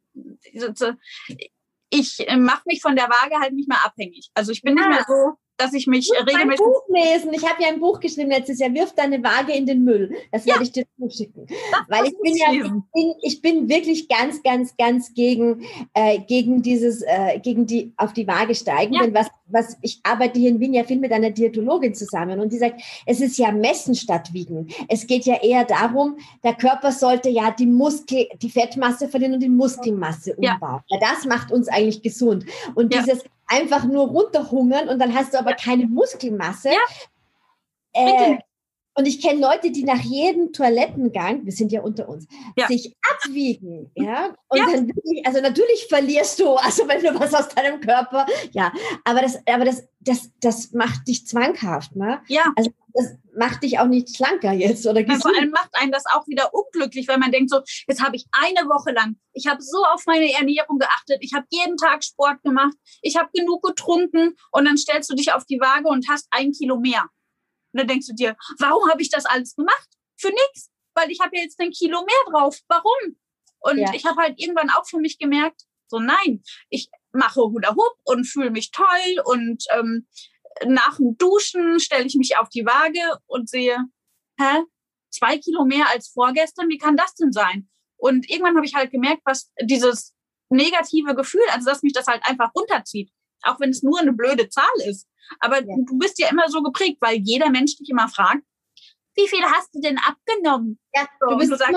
ich mache mich von der Waage halt nicht mehr abhängig. Also ich bin nicht mehr so, dass ich mich regelmäßig... Buch lesen. Ich habe ja ein Buch geschrieben letztes Jahr, wirf deine Waage in den Müll. Das werde ich dir zuschicken. Weil ich bin wirklich ganz, ganz, ganz gegen dieses, gegen die auf die Waage steigen. Ja. Denn ich arbeite hier in Wien ja viel mit einer Diätologin zusammen und die sagt, es ist ja Messen statt Wiegen. Es geht ja eher darum, der Körper sollte ja die Fettmasse verlieren und die Muskelmasse umbauen. Ja, das macht uns eigentlich gesund. Und dieses einfach nur runterhungern und dann hast du aber keine Muskelmasse. Ja. Und ich kenne Leute, die nach jedem Toilettengang, wir sind ja unter uns, sich abwiegen. Ja? Und dann wirklich, also natürlich verlierst du, also wenn du was aus deinem Körper, aber das macht dich zwanghaft. Ne? Ja. Also das macht dich auch nicht schlanker jetzt oder gesund. Vor allem macht einen das auch wieder unglücklich, weil man denkt so, jetzt habe ich eine Woche lang, ich habe so auf meine Ernährung geachtet, ich habe jeden Tag Sport gemacht, ich habe genug getrunken und dann stellst du dich auf die Waage und hast 1 Kilo mehr. Und dann denkst du dir, warum habe ich das alles gemacht? Für nichts, weil ich habe ja jetzt 1 Kilo mehr drauf. Warum? Und ich habe halt irgendwann auch für mich gemerkt, so nein, ich mache Hula Hoop und fühle mich toll und nach dem Duschen stelle ich mich auf die Waage und sehe, 2 Kilo mehr als vorgestern, wie kann das denn sein? Und irgendwann habe ich halt gemerkt, was dieses negative Gefühl, also dass mich das halt einfach runterzieht, auch wenn es nur eine blöde Zahl ist. Aber du bist ja immer so geprägt, weil jeder Mensch dich immer fragt, wie viel hast du denn abgenommen? Ja, du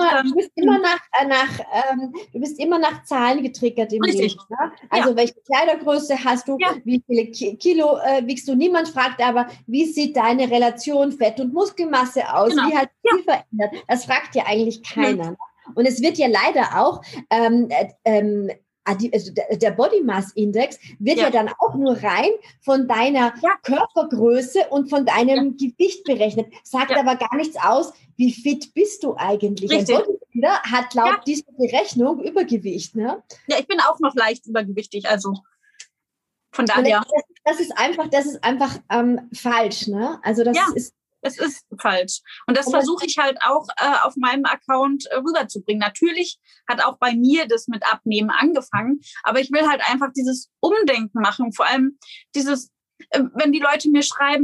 bist immer nach Zahlen getriggert im Leben. Ne? Also welche Kleidergröße hast du, wie viele Kilo wiegst du? Niemand fragt aber, wie sieht deine Relation Fett- und Muskelmasse aus? Wie hat sie verändert? Das fragt ja eigentlich keiner. Ne? Und es wird ja leider auch also der Body Mass Index wird ja dann auch nur rein von deiner Körpergröße und von deinem Gewicht berechnet, sagt aber gar nichts aus, wie fit bist du eigentlich. Richtig. Ein Bodybuilder hat laut dieser Berechnung Übergewicht. Ne? Ja, ich bin auch noch leicht übergewichtig, also von daher. Das ist einfach falsch. Ne? Also das ist es ist falsch. Und das versuche ich halt auch auf meinem Account rüberzubringen. Natürlich hat auch bei mir das mit Abnehmen angefangen, aber ich will halt einfach dieses Umdenken machen. Vor allem dieses, wenn die Leute mir schreiben,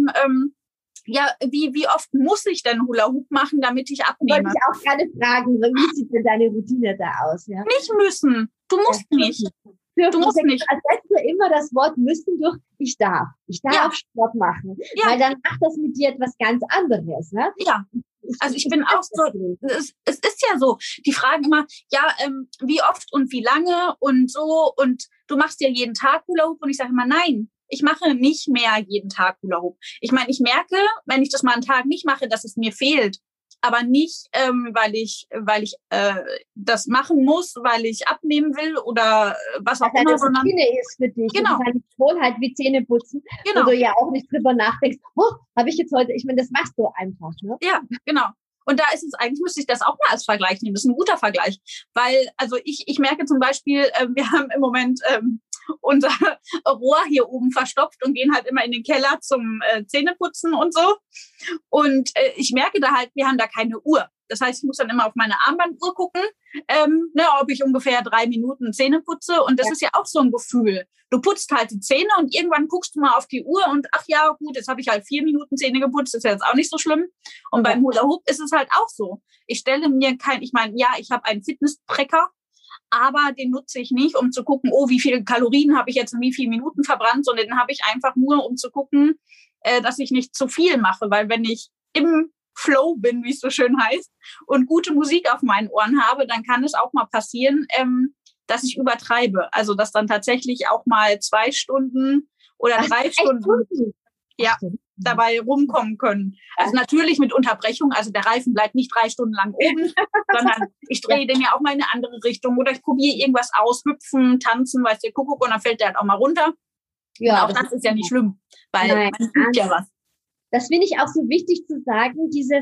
wie oft muss ich denn Hula Hoop machen, damit ich abnehme? Wollte ich auch gerade fragen, wie sieht denn deine Routine da aus? Ja? Nicht müssen. Du musst nicht. Du musst nicht. Ersetze immer das Wort müssen durch ich darf. Ich darf Sport machen. Ja. Weil dann macht das mit dir etwas ganz anderes. Ne? Ja. Also ich bin auch so, es ist ja so, die fragen immer, wie oft und wie lange und so und du machst ja jeden Tag Hula Hoop und ich sage immer, nein, ich mache nicht mehr jeden Tag Hula Hoop. Ich meine, ich merke, wenn ich das mal einen Tag nicht mache, dass es mir fehlt. Aber nicht, weil ich das machen muss, weil ich abnehmen will oder was auch immer, sondern Routine ist für dich. Genau. Das ist eine Gewohnheit wie Zähne putzen, wo du ja auch nicht drüber nachdenkst, habe ich jetzt heute, ich meine, das machst du einfach. Ne? Ja, genau. Und da ist es eigentlich, müsste ich das auch mal als Vergleich nehmen. Das ist ein guter Vergleich. Weil, also ich merke zum Beispiel, wir haben im Moment unser Rohr hier oben verstopft und gehen halt immer in den Keller zum Zähneputzen und so. Und ich merke da halt, wir haben da keine Uhr. Das heißt, ich muss dann immer auf meine Armbanduhr gucken, ob ich ungefähr 3 Minuten Zähne putze. Und das ist ja auch so ein Gefühl. Du putzt halt die Zähne und irgendwann guckst du mal auf die Uhr und ach ja, gut, jetzt habe ich halt 4 Minuten Zähne geputzt, ist ja jetzt auch nicht so schlimm. Und beim Hula Hoop ist es halt auch so. Ich stelle mir ich habe einen Fitness-Tracker, aber den nutze ich nicht, um zu gucken, wie viele Kalorien habe ich jetzt in wie vielen Minuten verbrannt, sondern den habe ich einfach nur, um zu gucken, dass ich nicht zu viel mache. Weil wenn ich im Flow bin, wie es so schön heißt, und gute Musik auf meinen Ohren habe, dann kann es auch mal passieren, dass ich übertreibe. Also, dass dann tatsächlich auch mal 2 Stunden oder 3 Stunden. Ja. dabei rumkommen können. Also natürlich mit Unterbrechung, also der Reifen bleibt nicht 3 Stunden lang oben, sondern ich drehe den ja auch mal in eine andere Richtung oder ich probiere irgendwas aus, hüpfen, tanzen, weißt du, Kuckuck, und dann fällt der halt auch mal runter. Ja, und auch das ist ja nicht schlimm, weil man übt ja was. Das finde ich auch so wichtig zu sagen, dieses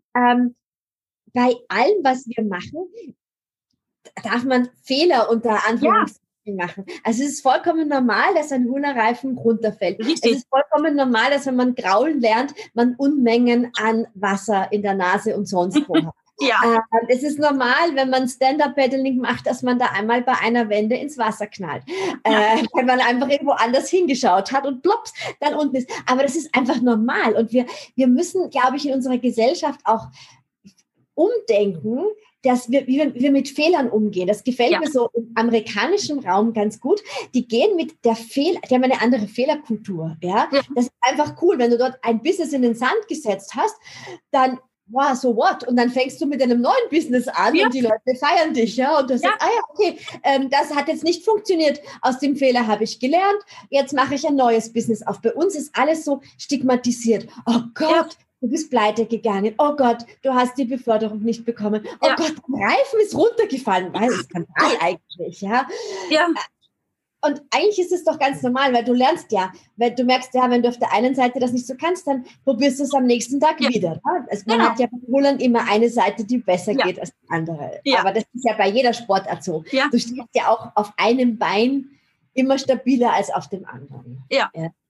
bei allem, was wir machen, darf man Fehler unter Anführungszeichen machen. Also es ist vollkommen normal, dass ein Hula-Reifen runterfällt. Richtig. Es ist vollkommen normal, dass wenn man graulen lernt, man Unmengen an Wasser in der Nase und sonst wo hat. Ja. Es ist normal, wenn man Stand-Up-Paddling macht, dass man da einmal bei einer Wende ins Wasser knallt. Wenn man einfach irgendwo anders hingeschaut hat und plops, dann unten ist. Aber das ist einfach normal. Und wir müssen, glaube ich, in unserer Gesellschaft auch umdenken, dass wie wir mit Fehlern umgehen. Das gefällt mir so im amerikanischen Raum ganz gut. Die gehen mit die haben eine andere Fehlerkultur. Ja? Das ist einfach cool. Wenn du dort ein Business in den Sand gesetzt hast, dann wow, so what? Und dann fängst du mit einem neuen Business an und die Leute feiern dich, ja? Und du sagst, okay, das hat jetzt nicht funktioniert. Aus dem Fehler habe ich gelernt. Jetzt mache ich ein neues Business auf. Bei uns ist alles so stigmatisiert. Oh Gott, du bist pleite gegangen. Oh Gott, du hast die Beförderung nicht bekommen. Oh Gott, der Reifen ist runtergefallen. Weil es Skandal eigentlich, ja? Ja. Und eigentlich ist es doch ganz normal, weil du lernst weil du merkst wenn du auf der einen Seite das nicht so kannst, dann probierst du es am nächsten Tag wieder. Ja? Also man hat ja beim Rudern immer eine Seite, die besser geht als die andere. Ja. Aber das ist ja bei jeder Sportart so. Ja. Du stehst ja auch auf einem Bein immer stabiler als auf dem anderen. Ja.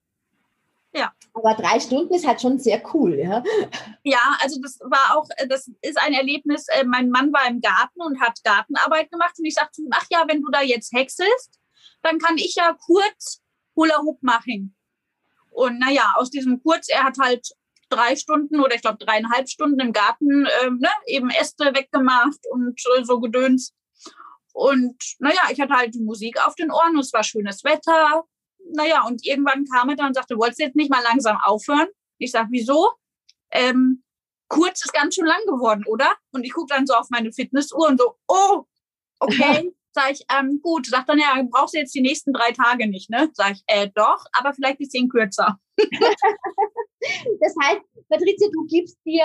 Aber 3 Stunden ist halt schon sehr cool. Ja, also das ist ein Erlebnis. Mein Mann war im Garten und hat Gartenarbeit gemacht und ich sagte ihm, ach ja, wenn du da jetzt häckselst, dann kann ich ja kurz Hula Hoop machen. Und aus diesem kurz, er hat halt 3 Stunden oder ich glaube 3,5 Stunden im Garten eben Äste weggemacht und so Gedöns. Und ich hatte halt die Musik auf den Ohren und es war schönes Wetter. Und irgendwann kam er dann und sagte, wolltest du jetzt nicht mal langsam aufhören? Ich sage, wieso? Kurz ist ganz schön lang geworden, oder? Und ich gucke dann so auf meine Fitnessuhr und so, oh, okay. Sag ich, gut. Sagt dann, brauchst du jetzt die nächsten 3 Tage nicht, ne? Sag ich, doch, aber vielleicht ein bisschen kürzer. Das heißt, Patricia, du gibst dir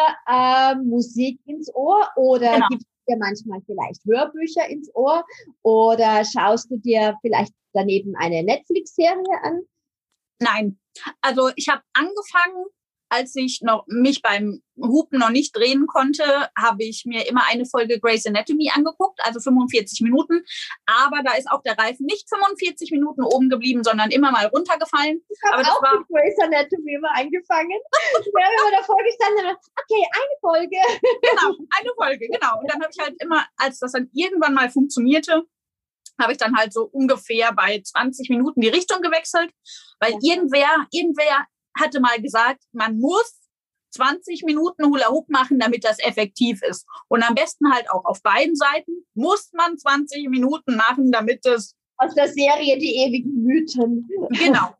Musik ins Ohr oder gibst dir manchmal vielleicht Hörbücher ins Ohr oder schaust du dir vielleicht daneben eine Netflix-Serie an? Nein. Also ich habe angefangen, als ich mich beim Hupen noch nicht drehen konnte, habe ich mir immer eine Folge Grey's Anatomy angeguckt, also 45 Minuten. Aber da ist auch der Reifen nicht 45 Minuten oben geblieben, sondern immer mal runtergefallen. Ich habe auch mit Grey's Anatomy immer angefangen. Wir haben immer davor gestanden, okay, eine Folge. Genau, eine Folge, genau. Und dann habe ich halt immer, als das dann irgendwann mal funktionierte, habe ich dann halt so ungefähr bei 20 Minuten die Richtung gewechselt, weil irgendwer hatte mal gesagt, man muss 20 Minuten Hula Hoop machen, damit das effektiv ist. Und am besten halt auch auf beiden Seiten muss man 20 Minuten machen, damit es... Aus der Serie Die ewigen Mythen. Genau.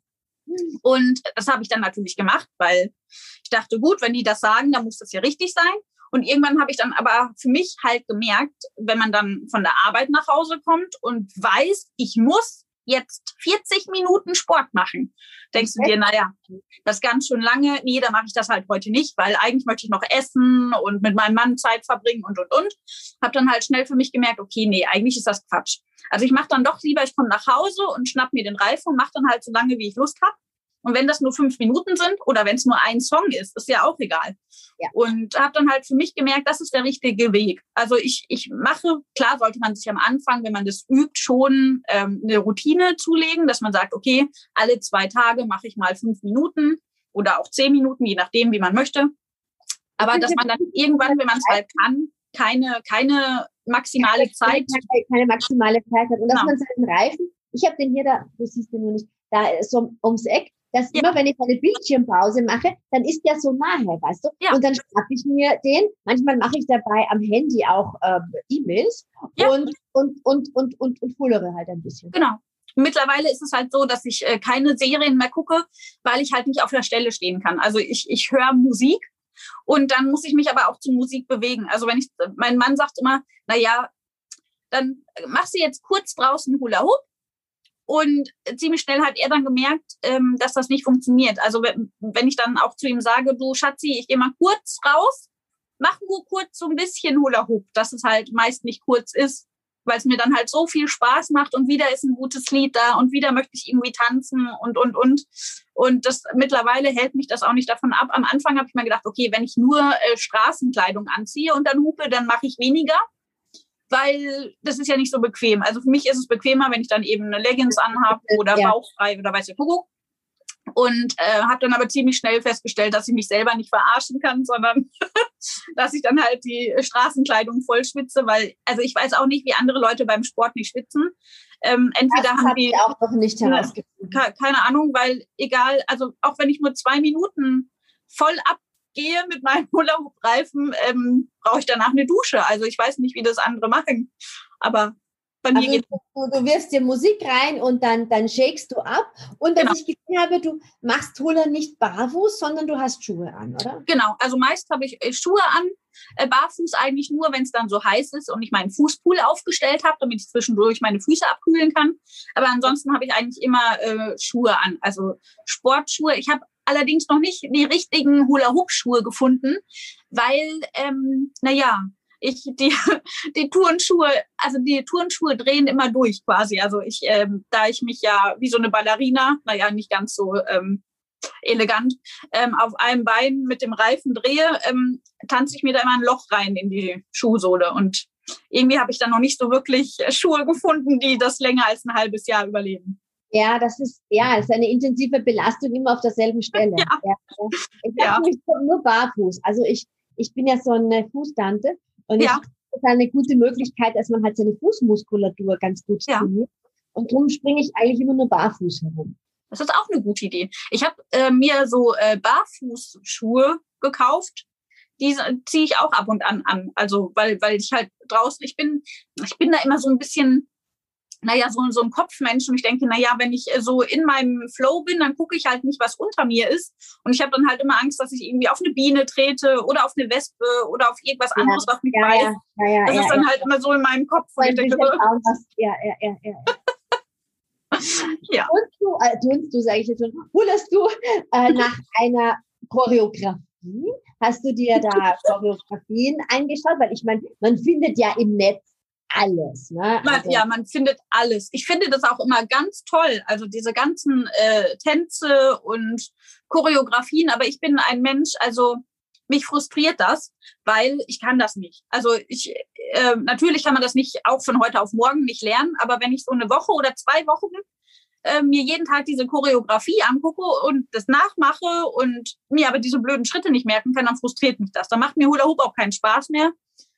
Und das habe ich dann natürlich gemacht, weil ich dachte, gut, wenn die das sagen, dann muss das ja richtig sein. Und irgendwann habe ich dann aber für mich halt gemerkt, wenn man dann von der Arbeit nach Hause kommt und weiß, ich muss jetzt 40 Minuten Sport machen, denkst du dir, das ist ganz schön lange. Nee, da mache ich das halt heute nicht, weil eigentlich möchte ich noch essen und mit meinem Mann Zeit verbringen und. Habe dann halt schnell für mich gemerkt, okay, nee, eigentlich ist das Quatsch. Also ich mache dann doch lieber, ich komme nach Hause und schnapp mir den Reifen und mache dann halt so lange, wie ich Lust habe. Und wenn das nur 5 Minuten sind oder wenn es nur ein Song ist ja auch egal. Ja. Und habe dann halt für mich gemerkt, das ist der richtige Weg. Also ich mache, klar sollte man sich am Anfang, wenn man das übt, schon eine Routine zulegen, dass man sagt, okay, alle 2 Tage mache ich mal 5 Minuten oder auch 10 Minuten, je nachdem, wie man möchte. Aber dass man dann irgendwann, wenn man es halt kann, keine maximale Zeit. Keine maximale Zeit hat. Und dass man seinen Reifen, ich habe den hier du siehst den nur nicht, da so ums Eck, dass immer, wenn ich eine Bildschirmpause mache, dann ist der so nahe, weißt du? Ja. Und dann schnappe ich mir den. Manchmal mache ich dabei am Handy auch E-Mails und fullere halt ein bisschen. Genau. Mittlerweile ist es halt so, dass ich keine Serien mehr gucke, weil ich halt nicht auf der Stelle stehen kann. Also ich höre Musik und dann muss ich mich aber auch zu Musik bewegen. Also mein Mann sagt immer, dann machst du jetzt kurz draußen Hula Hoop Und ziemlich schnell hat er dann gemerkt, dass das nicht funktioniert. Also wenn ich dann auch zu ihm sage, du Schatzi, ich gehe mal kurz raus, mach nur kurz so ein bisschen Hula Hoop, dass es halt meist nicht kurz ist, weil es mir dann halt so viel Spaß macht und wieder ist ein gutes Lied da und wieder möchte ich irgendwie tanzen und. Und das mittlerweile hält mich das auch nicht davon ab. Am Anfang habe ich mir gedacht, okay, wenn ich nur Straßenkleidung anziehe und dann hupe, dann mache ich weniger, weil das ist ja nicht so bequem. Also für mich ist es bequemer, wenn ich dann eben eine Leggings anhabe oder bauchfrei oder weiß ich Kuckuck. Und habe dann aber ziemlich schnell festgestellt, dass ich mich selber nicht verarschen kann, sondern dass ich dann halt die Straßenkleidung voll schwitze, weil, also ich weiß auch nicht, wie andere Leute beim Sport nicht schwitzen. Entweder das haben die auch noch nicht herausgefunden. Keine Ahnung, weil egal, also auch wenn ich nur 2 Minuten voll abgehe mit meinem Hula-Hoop-Reifen, brauche ich danach eine Dusche. Also ich weiß nicht, wie das andere machen, aber bei mir geht du wirfst dir Musik rein und dann shakest du ab. Und was ich gesehen habe, du machst Hula nicht barfuß, sondern du hast Schuhe an, oder? Genau, also meist habe ich Schuhe an, barfuß eigentlich nur, wenn es dann so heiß ist und ich meinen Fußpool aufgestellt habe, damit ich zwischendurch meine Füße abkühlen kann. Aber ansonsten habe ich eigentlich immer Schuhe an, also Sportschuhe. Ich habe allerdings noch nicht die richtigen Hula-Hoop-Schuhe gefunden, weil, die Turnschuhe, also die Turnschuhe drehen immer durch quasi. Also da ich mich ja wie so eine Ballerina, nicht ganz so elegant, auf einem Bein mit dem Reifen drehe, tanze ich mir da immer ein Loch rein in die Schuhsohle. Und irgendwie habe ich dann noch nicht so wirklich Schuhe gefunden, die das länger als ein halbes Jahr überleben. Ja, das ist eine intensive Belastung immer auf derselben Stelle. Ja. Ich habe mich nur barfuß. Also ich bin ja so eine Fußtante. Und das ist eine gute Möglichkeit, dass man halt seine Fußmuskulatur ganz gut trainiert. Und darum springe ich eigentlich immer nur barfuß herum. Das ist auch eine gute Idee. Ich habe mir so Barfußschuhe gekauft. Die ziehe ich auch ab und an. Also weil ich halt draußen, ich bin da immer so ein bisschen, so ein Kopfmensch und ich denke, wenn ich so in meinem Flow bin, dann gucke ich halt nicht, was unter mir ist. Und ich habe dann halt immer Angst, dass ich irgendwie auf eine Biene trete oder auf eine Wespe oder auf irgendwas anderes, was mich beißt. Das ist dann halt immer so in meinem Kopf. Und ich denke, Ja. Tunst du, sage ich jetzt schon, hulast du nach einer Choreografie? Hast du dir da Choreografien eingeschaut? Weil ich meine, man findet ja im Netz alles. Ne? Man findet alles. Ich finde das auch immer ganz toll, also diese ganzen Tänze und Choreografien, aber ich bin ein Mensch, also mich frustriert das, weil ich kann das nicht. Also natürlich kann man das nicht auch von heute auf morgen nicht lernen, aber wenn ich so eine Woche oder 2 Wochen mir jeden Tag diese Choreografie angucke und das nachmache und mir aber diese blöden Schritte nicht merken kann, dann frustriert mich das. Dann macht mir Hula Hoop auch keinen Spaß mehr.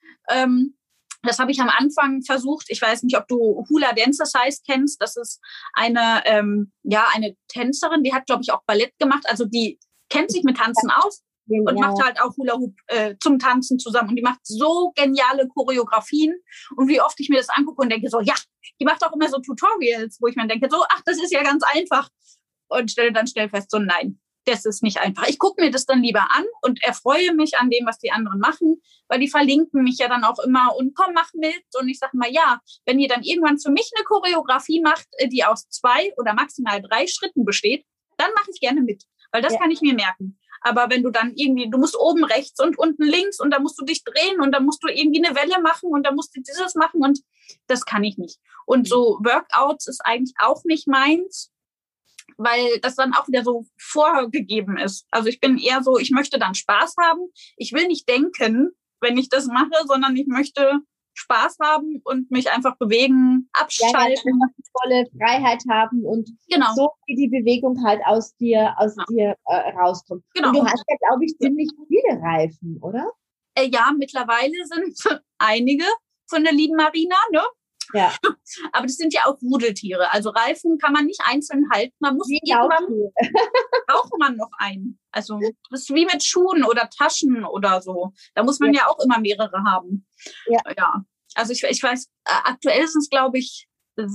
Das habe ich am Anfang versucht. Ich weiß nicht, ob du Hula Dancercise kennst. Das ist eine Tänzerin, die hat, glaube ich, auch Ballett gemacht. Also die kennt sich mit Tanzen aus und macht halt auch Hula Hoop zum Tanzen zusammen. Und die macht so geniale Choreografien. Und wie oft ich mir das angucke und denke so, ja, die macht auch immer so Tutorials, wo ich mir denke so, ach, das ist ja ganz einfach. Und stelle dann schnell fest, so nein, das ist nicht einfach. Ich gucke mir das dann lieber an und erfreue mich an dem, was die anderen machen, weil die verlinken mich ja dann auch immer und komm, mach mit. Und ich sage mal, ja, wenn ihr dann irgendwann für mich eine Choreografie macht, die aus 2 oder maximal 3 Schritten besteht, dann mache ich gerne mit, weil das kann ich mir merken. Aber wenn du dann irgendwie, du musst oben rechts und unten links und da musst du dich drehen und dann musst du irgendwie eine Welle machen und dann musst du dieses machen und das kann ich nicht. Und so Workouts ist eigentlich auch nicht meins, weil das dann auch wieder so vorgegeben ist. Also ich bin eher so, ich möchte dann Spaß haben. Ich will nicht denken, wenn ich das mache, sondern ich möchte Spaß haben und mich einfach bewegen, abschalten. Volle Freiheit haben und so wie die Bewegung halt aus dir rauskommt. Genau. Und du hast ja, glaube ich, ziemlich viele Reifen, oder? Ja, mittlerweile sind einige von der lieben Marina, ne? Ja. Aber das sind ja auch Rudeltiere. Also Reifen kann man nicht einzeln halten. Man muss irgendwann braucht man noch einen. Also das ist wie mit Schuhen oder Taschen oder so. Da muss man ja auch immer mehrere haben. Ja. Also ich weiß, aktuell sind es, glaube ich,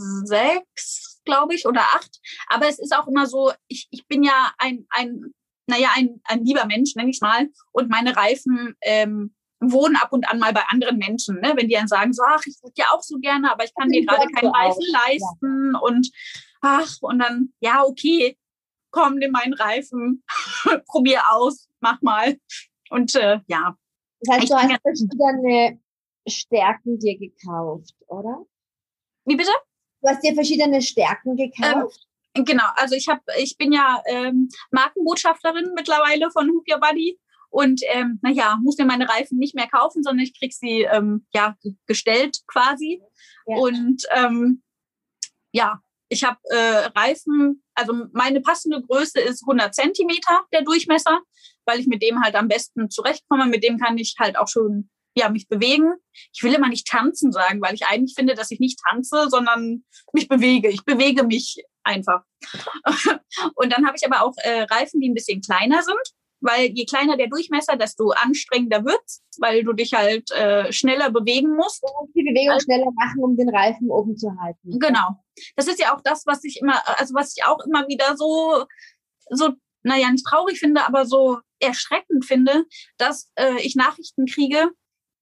6, glaube ich, oder 8. Aber es ist auch immer so, ich bin ja ein lieber Mensch, nenne ich es mal. Und meine Reifen wohnen ab und an mal bei anderen Menschen, ne? Wenn die dann sagen, so, ach, ich würde ja auch so gerne, aber ich kann mir gerade keinen Reifen leisten. ach, und dann, ja, okay, komm, nimm meinen Reifen, probier aus, mach mal. Und ja. Das heißt, du hast verschiedene Stärken dir gekauft, oder? Wie bitte? Du hast dir verschiedene Stärken gekauft? Genau, also ich bin ja Markenbotschafterin mittlerweile von Hoop Your Body und muss mir meine Reifen nicht mehr kaufen, sondern ich krieg sie gestellt quasi. Ja. Und ich habe Reifen, also meine passende Größe ist 100 Zentimeter der Durchmesser, weil ich mit dem halt am besten zurechtkomme. Mit dem kann ich halt auch schon mich bewegen. Ich will immer nicht tanzen sagen, weil ich eigentlich finde, dass ich nicht tanze, sondern mich bewege. Ich bewege mich einfach. Und dann habe ich aber auch Reifen, die ein bisschen kleiner sind, weil je kleiner der Durchmesser, desto anstrengender wird's, weil du dich halt schneller bewegen musst. Du musst die Bewegung schneller machen, um den Reifen oben zu halten. Genau. Das ist ja auch das, was ich auch immer wieder so, nicht traurig finde, aber so erschreckend finde, dass ich Nachrichten kriege,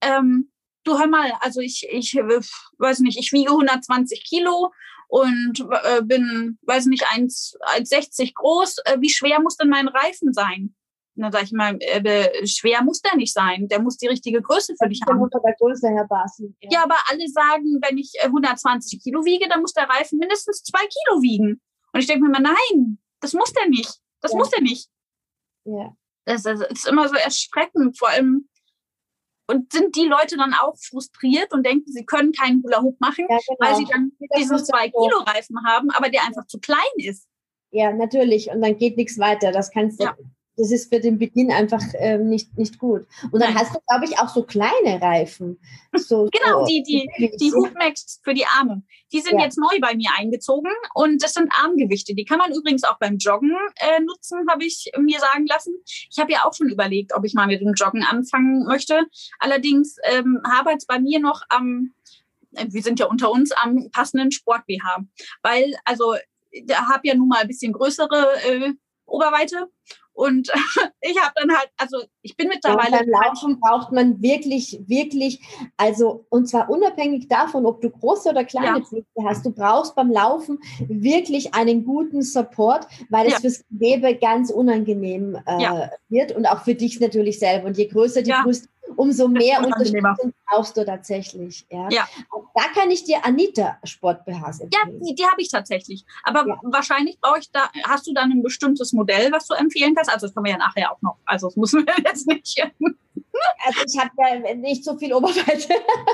du hör mal, also ich weiß nicht, ich wiege 120 Kilo und bin, weiß nicht, 1,60 groß. Wie schwer muss denn mein Reifen sein? Und dann sage ich mal, schwer muss der nicht sein. Der muss die richtige Größe für dich haben. Von der Größe her passen. Ja, aber alle sagen, wenn ich 120 Kilo wiege, dann muss der Reifen mindestens 2 Kilo wiegen. Und ich denke mir immer, nein, das muss der nicht. Das muss der nicht. Ja. Das ist immer so erschreckend, vor allem. Und sind die Leute dann auch frustriert und denken, sie können keinen Hula-Hoop machen, weil sie dann diesen 2-Kilo-Reifen haben, aber der einfach zu klein ist. Ja, natürlich. Und dann geht nichts weiter. Das ist für den Beginn einfach nicht gut. Und dann hast du, glaube ich, auch so kleine Reifen. Genau, die Hoopmax für die Arme. Die sind jetzt neu bei mir eingezogen und das sind Armgewichte. Die kann man übrigens auch beim Joggen nutzen, habe ich mir sagen lassen. Ich habe ja auch schon überlegt, ob ich mal mit dem Joggen anfangen möchte. Allerdings hapert es bei mir noch wir sind ja unter uns, am passenden Sport-BH. Weil, also, ich habe ja nun mal ein bisschen größere Oberweite. Und ich habe dann halt, also ich bin mittlerweile... Beim Laufen braucht man wirklich, also und zwar unabhängig davon, ob du große oder kleine Füße hast, du brauchst beim Laufen wirklich einen guten Support, weil es fürs Gewebe ganz unangenehm wird und auch für dich natürlich selber. Und je größer die Brust, umso mehr Unterstützung brauchst du tatsächlich. Ja. Da kann ich dir Anita Sport-BHs empfehlen. Ja, die habe ich tatsächlich. Aber wahrscheinlich hast du dann ein bestimmtes Modell, was du empfehlen kannst? Also das können wir ja nachher auch noch. Also das müssen wir jetzt nicht. Also ich habe ja nicht so viel Oberweite.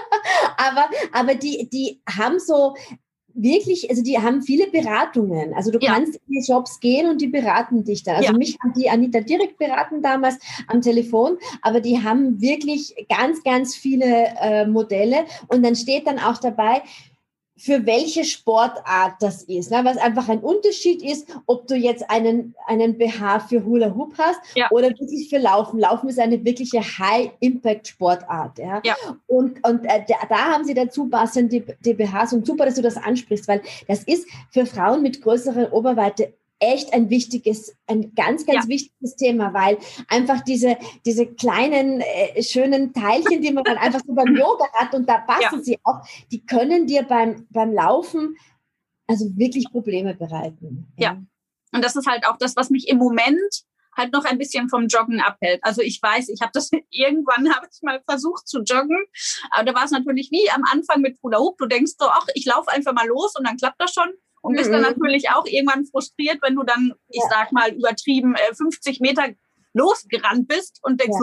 aber die haben so wirklich, also die haben viele Beratungen. Also du kannst in die Shops gehen und die beraten dich dann. Also mich hat die Anita direkt beraten damals am Telefon, aber die haben wirklich ganz, ganz viele Modelle und dann steht dann auch dabei, für welche Sportart das ist, ne? Was einfach ein Unterschied ist, ob du jetzt einen BH für Hula Hoop hast oder wirklich für Laufen. Laufen ist eine wirkliche High-Impact-Sportart. Ja? Und da haben sie dazu passend die BHs und super, dass du das ansprichst, weil das ist für Frauen mit größerer Oberweite echt ein ganz, ganz wichtiges Thema, weil einfach diese kleinen, schönen Teilchen, die man dann einfach so beim Yoga hat und da passen sie auch, die können dir beim Laufen also wirklich Probleme bereiten. Ja, und das ist halt auch das, was mich im Moment halt noch ein bisschen vom Joggen abhält. Also ich weiß, irgendwann habe ich mal versucht zu joggen, aber da war es natürlich wie am Anfang mit Hula Hoop. Du denkst so, ach, ich laufe einfach mal los und dann klappt das schon. Und bist dann natürlich auch irgendwann frustriert, wenn du dann, ich sag mal, übertrieben 50 Meter losgerannt bist und denkst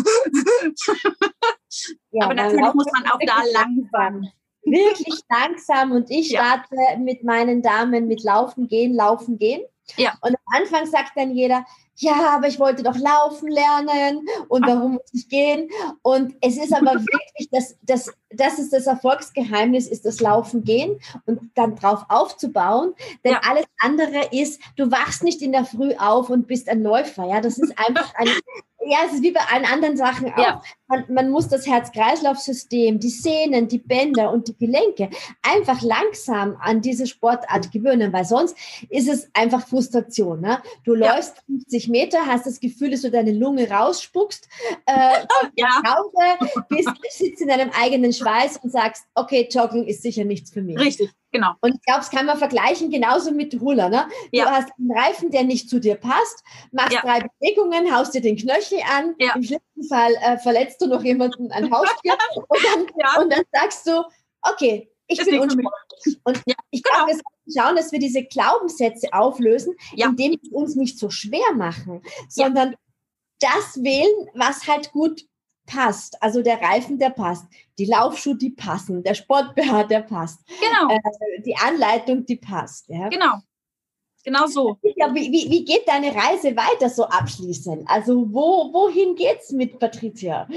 aber natürlich muss man auch da langsam. Wirklich langsam. Und ich starte mit meinen Damen mit Laufen gehen. Ja. Und am Anfang sagt dann jeder, ja, aber ich wollte doch laufen lernen und warum muss ich gehen? Und es ist aber wirklich, das ist das Erfolgsgeheimnis, ist das Laufen gehen und dann drauf aufzubauen. Denn alles andere ist, du wachst nicht in der Früh auf und bist ein Läufer. Ja, das ist einfach es ist wie bei allen anderen Sachen auch. Ja. Man muss das Herz-Kreislauf-System, die Sehnen, die Bänder und die Gelenke einfach langsam an diese Sportart gewöhnen, weil sonst ist es einfach Frustration. Ne? Du läufst 50 Meter, hast das Gefühl, dass du deine Lunge rausspuckst, sitzt in deinem eigenen Schweiß und sagst, okay, Joggen ist sicher nichts für mich. Richtig, genau. Und ich glaube, das kann man vergleichen, genauso mit Ruller. Ne? Du hast einen Reifen, der nicht zu dir passt, machst 3 Bewegungen, haust dir den Knöchel an, im schlimmsten Fall verletzt du noch jemanden an Haustier und dann sagst du, okay, ich bin unsportlich. Und ich glaube, wir sollten schauen, dass wir diese Glaubenssätze auflösen, indem wir uns nicht so schwer machen, sondern das wählen, was halt gut passt. Also der Reifen, der passt. Die Laufschuhe, die passen. Der Sport-BH, der passt. Genau. Die Anleitung, die passt. Ja? Genau so. Ja, wie geht deine Reise weiter so abschließend? Also wohin geht's mit Patricia?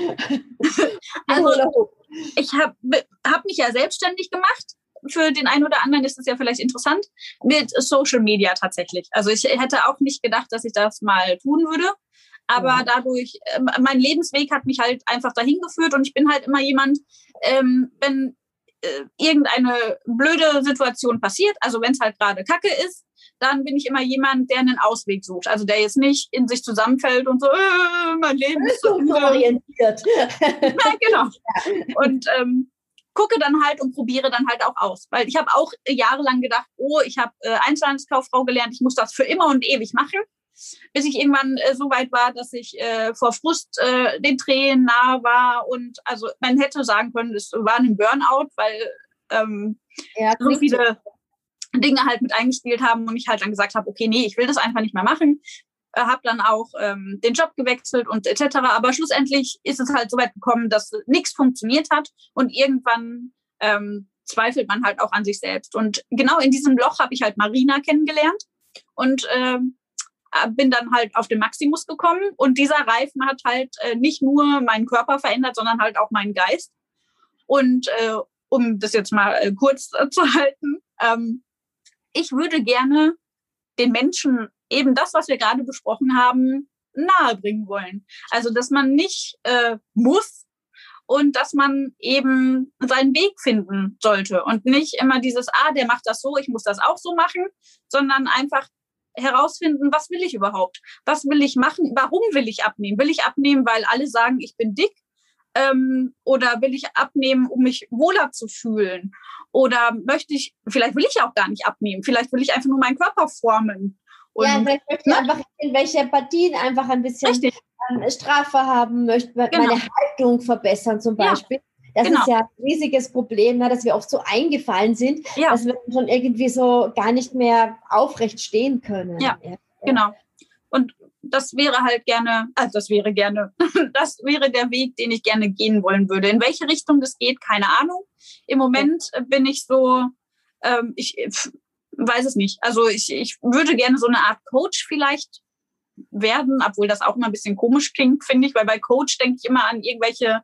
Also ich hab mich ja selbstständig gemacht. Für den einen oder anderen ist es ja vielleicht interessant. Mit Social Media tatsächlich. Also ich hätte auch nicht gedacht, dass ich das mal tun würde. Aber dadurch, mein Lebensweg hat mich halt einfach dahin geführt und ich bin halt immer jemand, wenn irgendeine blöde Situation passiert, also wenn es halt gerade Kacke ist, dann bin ich immer jemand, der einen Ausweg sucht. Also der jetzt nicht in sich zusammenfällt und so, mein Leben ist so orientiert. Ja, genau. Und gucke dann halt und probiere dann halt auch aus. Weil ich habe auch jahrelang gedacht, ich habe Einzelhandelskauffrau gelernt, ich muss das für immer und ewig machen. Bis ich irgendwann so weit war, dass ich vor Frust den Tränen nahe war. Und also man hätte sagen können, es war ein Burnout, weil so viele Dinge halt mit eingespielt haben und ich halt dann gesagt habe, okay, nee, ich will das einfach nicht mehr machen. Habe dann auch den Job gewechselt und etc. Aber schlussendlich ist es halt so weit gekommen, dass nichts funktioniert hat und irgendwann zweifelt man halt auch an sich selbst. Und genau in diesem Loch habe ich halt Marina kennengelernt und bin dann halt auf den Maximus gekommen und dieser Reifen hat halt nicht nur meinen Körper verändert, sondern halt auch meinen Geist. Und um das jetzt mal kurz zu halten, ich würde gerne den Menschen eben das, was wir gerade besprochen haben, nahebringen wollen. Also, dass man nicht muss und dass man eben seinen Weg finden sollte und nicht immer dieses, der macht das so, ich muss das auch so machen, sondern einfach herausfinden, was will ich überhaupt? Was will ich machen? Warum will ich abnehmen? Will ich abnehmen, weil alle sagen, ich bin dick? Oder will ich abnehmen, um mich wohler zu fühlen? Oder vielleicht will ich auch gar nicht abnehmen. Vielleicht will ich einfach nur meinen Körper formen. Und, vielleicht möchte ich einfach irgendwelche Partien einfach ein bisschen straffer haben, möchte meine Haltung verbessern zum Beispiel. Das ist ja ein riesiges Problem, dass wir oft so eingefallen sind, dass wir schon irgendwie so gar nicht mehr aufrecht stehen können. Ja, genau. Und das wäre halt das wäre der Weg, den ich gerne gehen wollen würde. In welche Richtung das geht, keine Ahnung. Im Moment bin ich so, ich weiß es nicht. Also ich würde gerne so eine Art Coach vielleicht werden, obwohl das auch immer ein bisschen komisch klingt, finde ich, weil bei Coach denke ich immer an irgendwelche,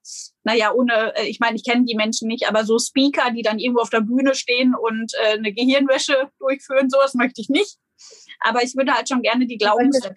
ich meine, ich kenne die Menschen nicht, aber so Speaker, die dann irgendwo auf der Bühne stehen und eine Gehirnwäsche durchführen, sowas möchte ich nicht. Aber ich würde halt schon gerne die Glaubenssätze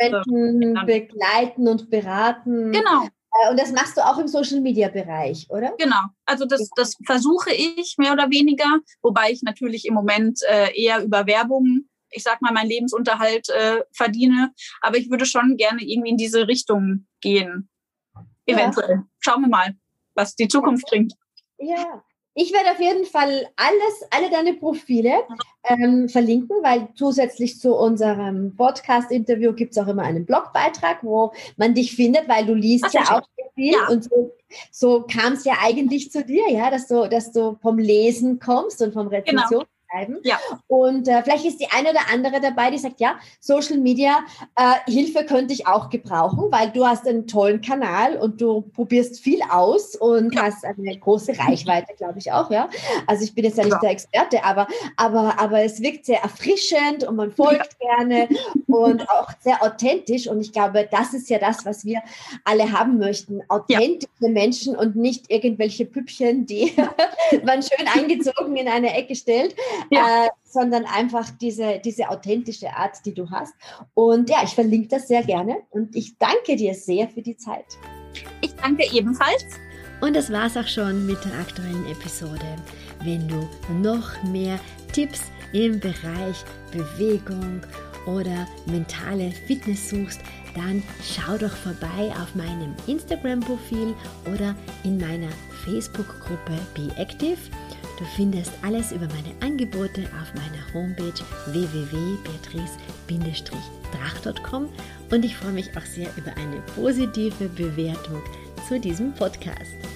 begleiten und beraten. Genau. Und das machst du auch im Social-Media-Bereich, oder? Genau. Also das versuche ich mehr oder weniger, wobei ich natürlich im Moment eher über Werbung, ich sag mal, meinen Lebensunterhalt verdiene. Aber ich würde schon gerne irgendwie in diese Richtung gehen. Eventuell. Ja. Schauen wir mal, was die Zukunft bringt. Ja. Ich werde auf jeden Fall alle deine Profile verlinken, weil zusätzlich zu unserem Podcast-Interview gibt es auch immer einen Blogbeitrag, wo man dich findet, weil du liest auch viel. Ja. Und so kam es ja eigentlich zu dir, dass du vom Lesen kommst und vom Rezension. Ja. Und vielleicht ist die eine oder andere dabei, die sagt, Social Media Hilfe könnte ich auch gebrauchen, weil du hast einen tollen Kanal und du probierst viel aus und hast eine große Reichweite, glaube ich auch, Also ich bin jetzt ja nicht der Experte, aber es wirkt sehr erfrischend und man folgt gerne und auch sehr authentisch und ich glaube, das ist ja das, was wir alle haben möchten, authentische Menschen und nicht irgendwelche Püppchen, die man schön eingezogen in eine Ecke stellt. Sondern einfach diese authentische Art, die du hast. Und ich verlinke das sehr gerne und ich danke dir sehr für die Zeit. Ich danke ebenfalls. Und das war's auch schon mit der aktuellen Episode. Wenn du noch mehr Tipps im Bereich Bewegung oder mentale Fitness suchst, dann schau doch vorbei auf meinem Instagram-Profil oder in meiner Facebook-Gruppe Be Active. Du findest alles über meine Angebote auf meiner Homepage www.beatrice-drach.com und ich freue mich auch sehr über eine positive Bewertung zu diesem Podcast.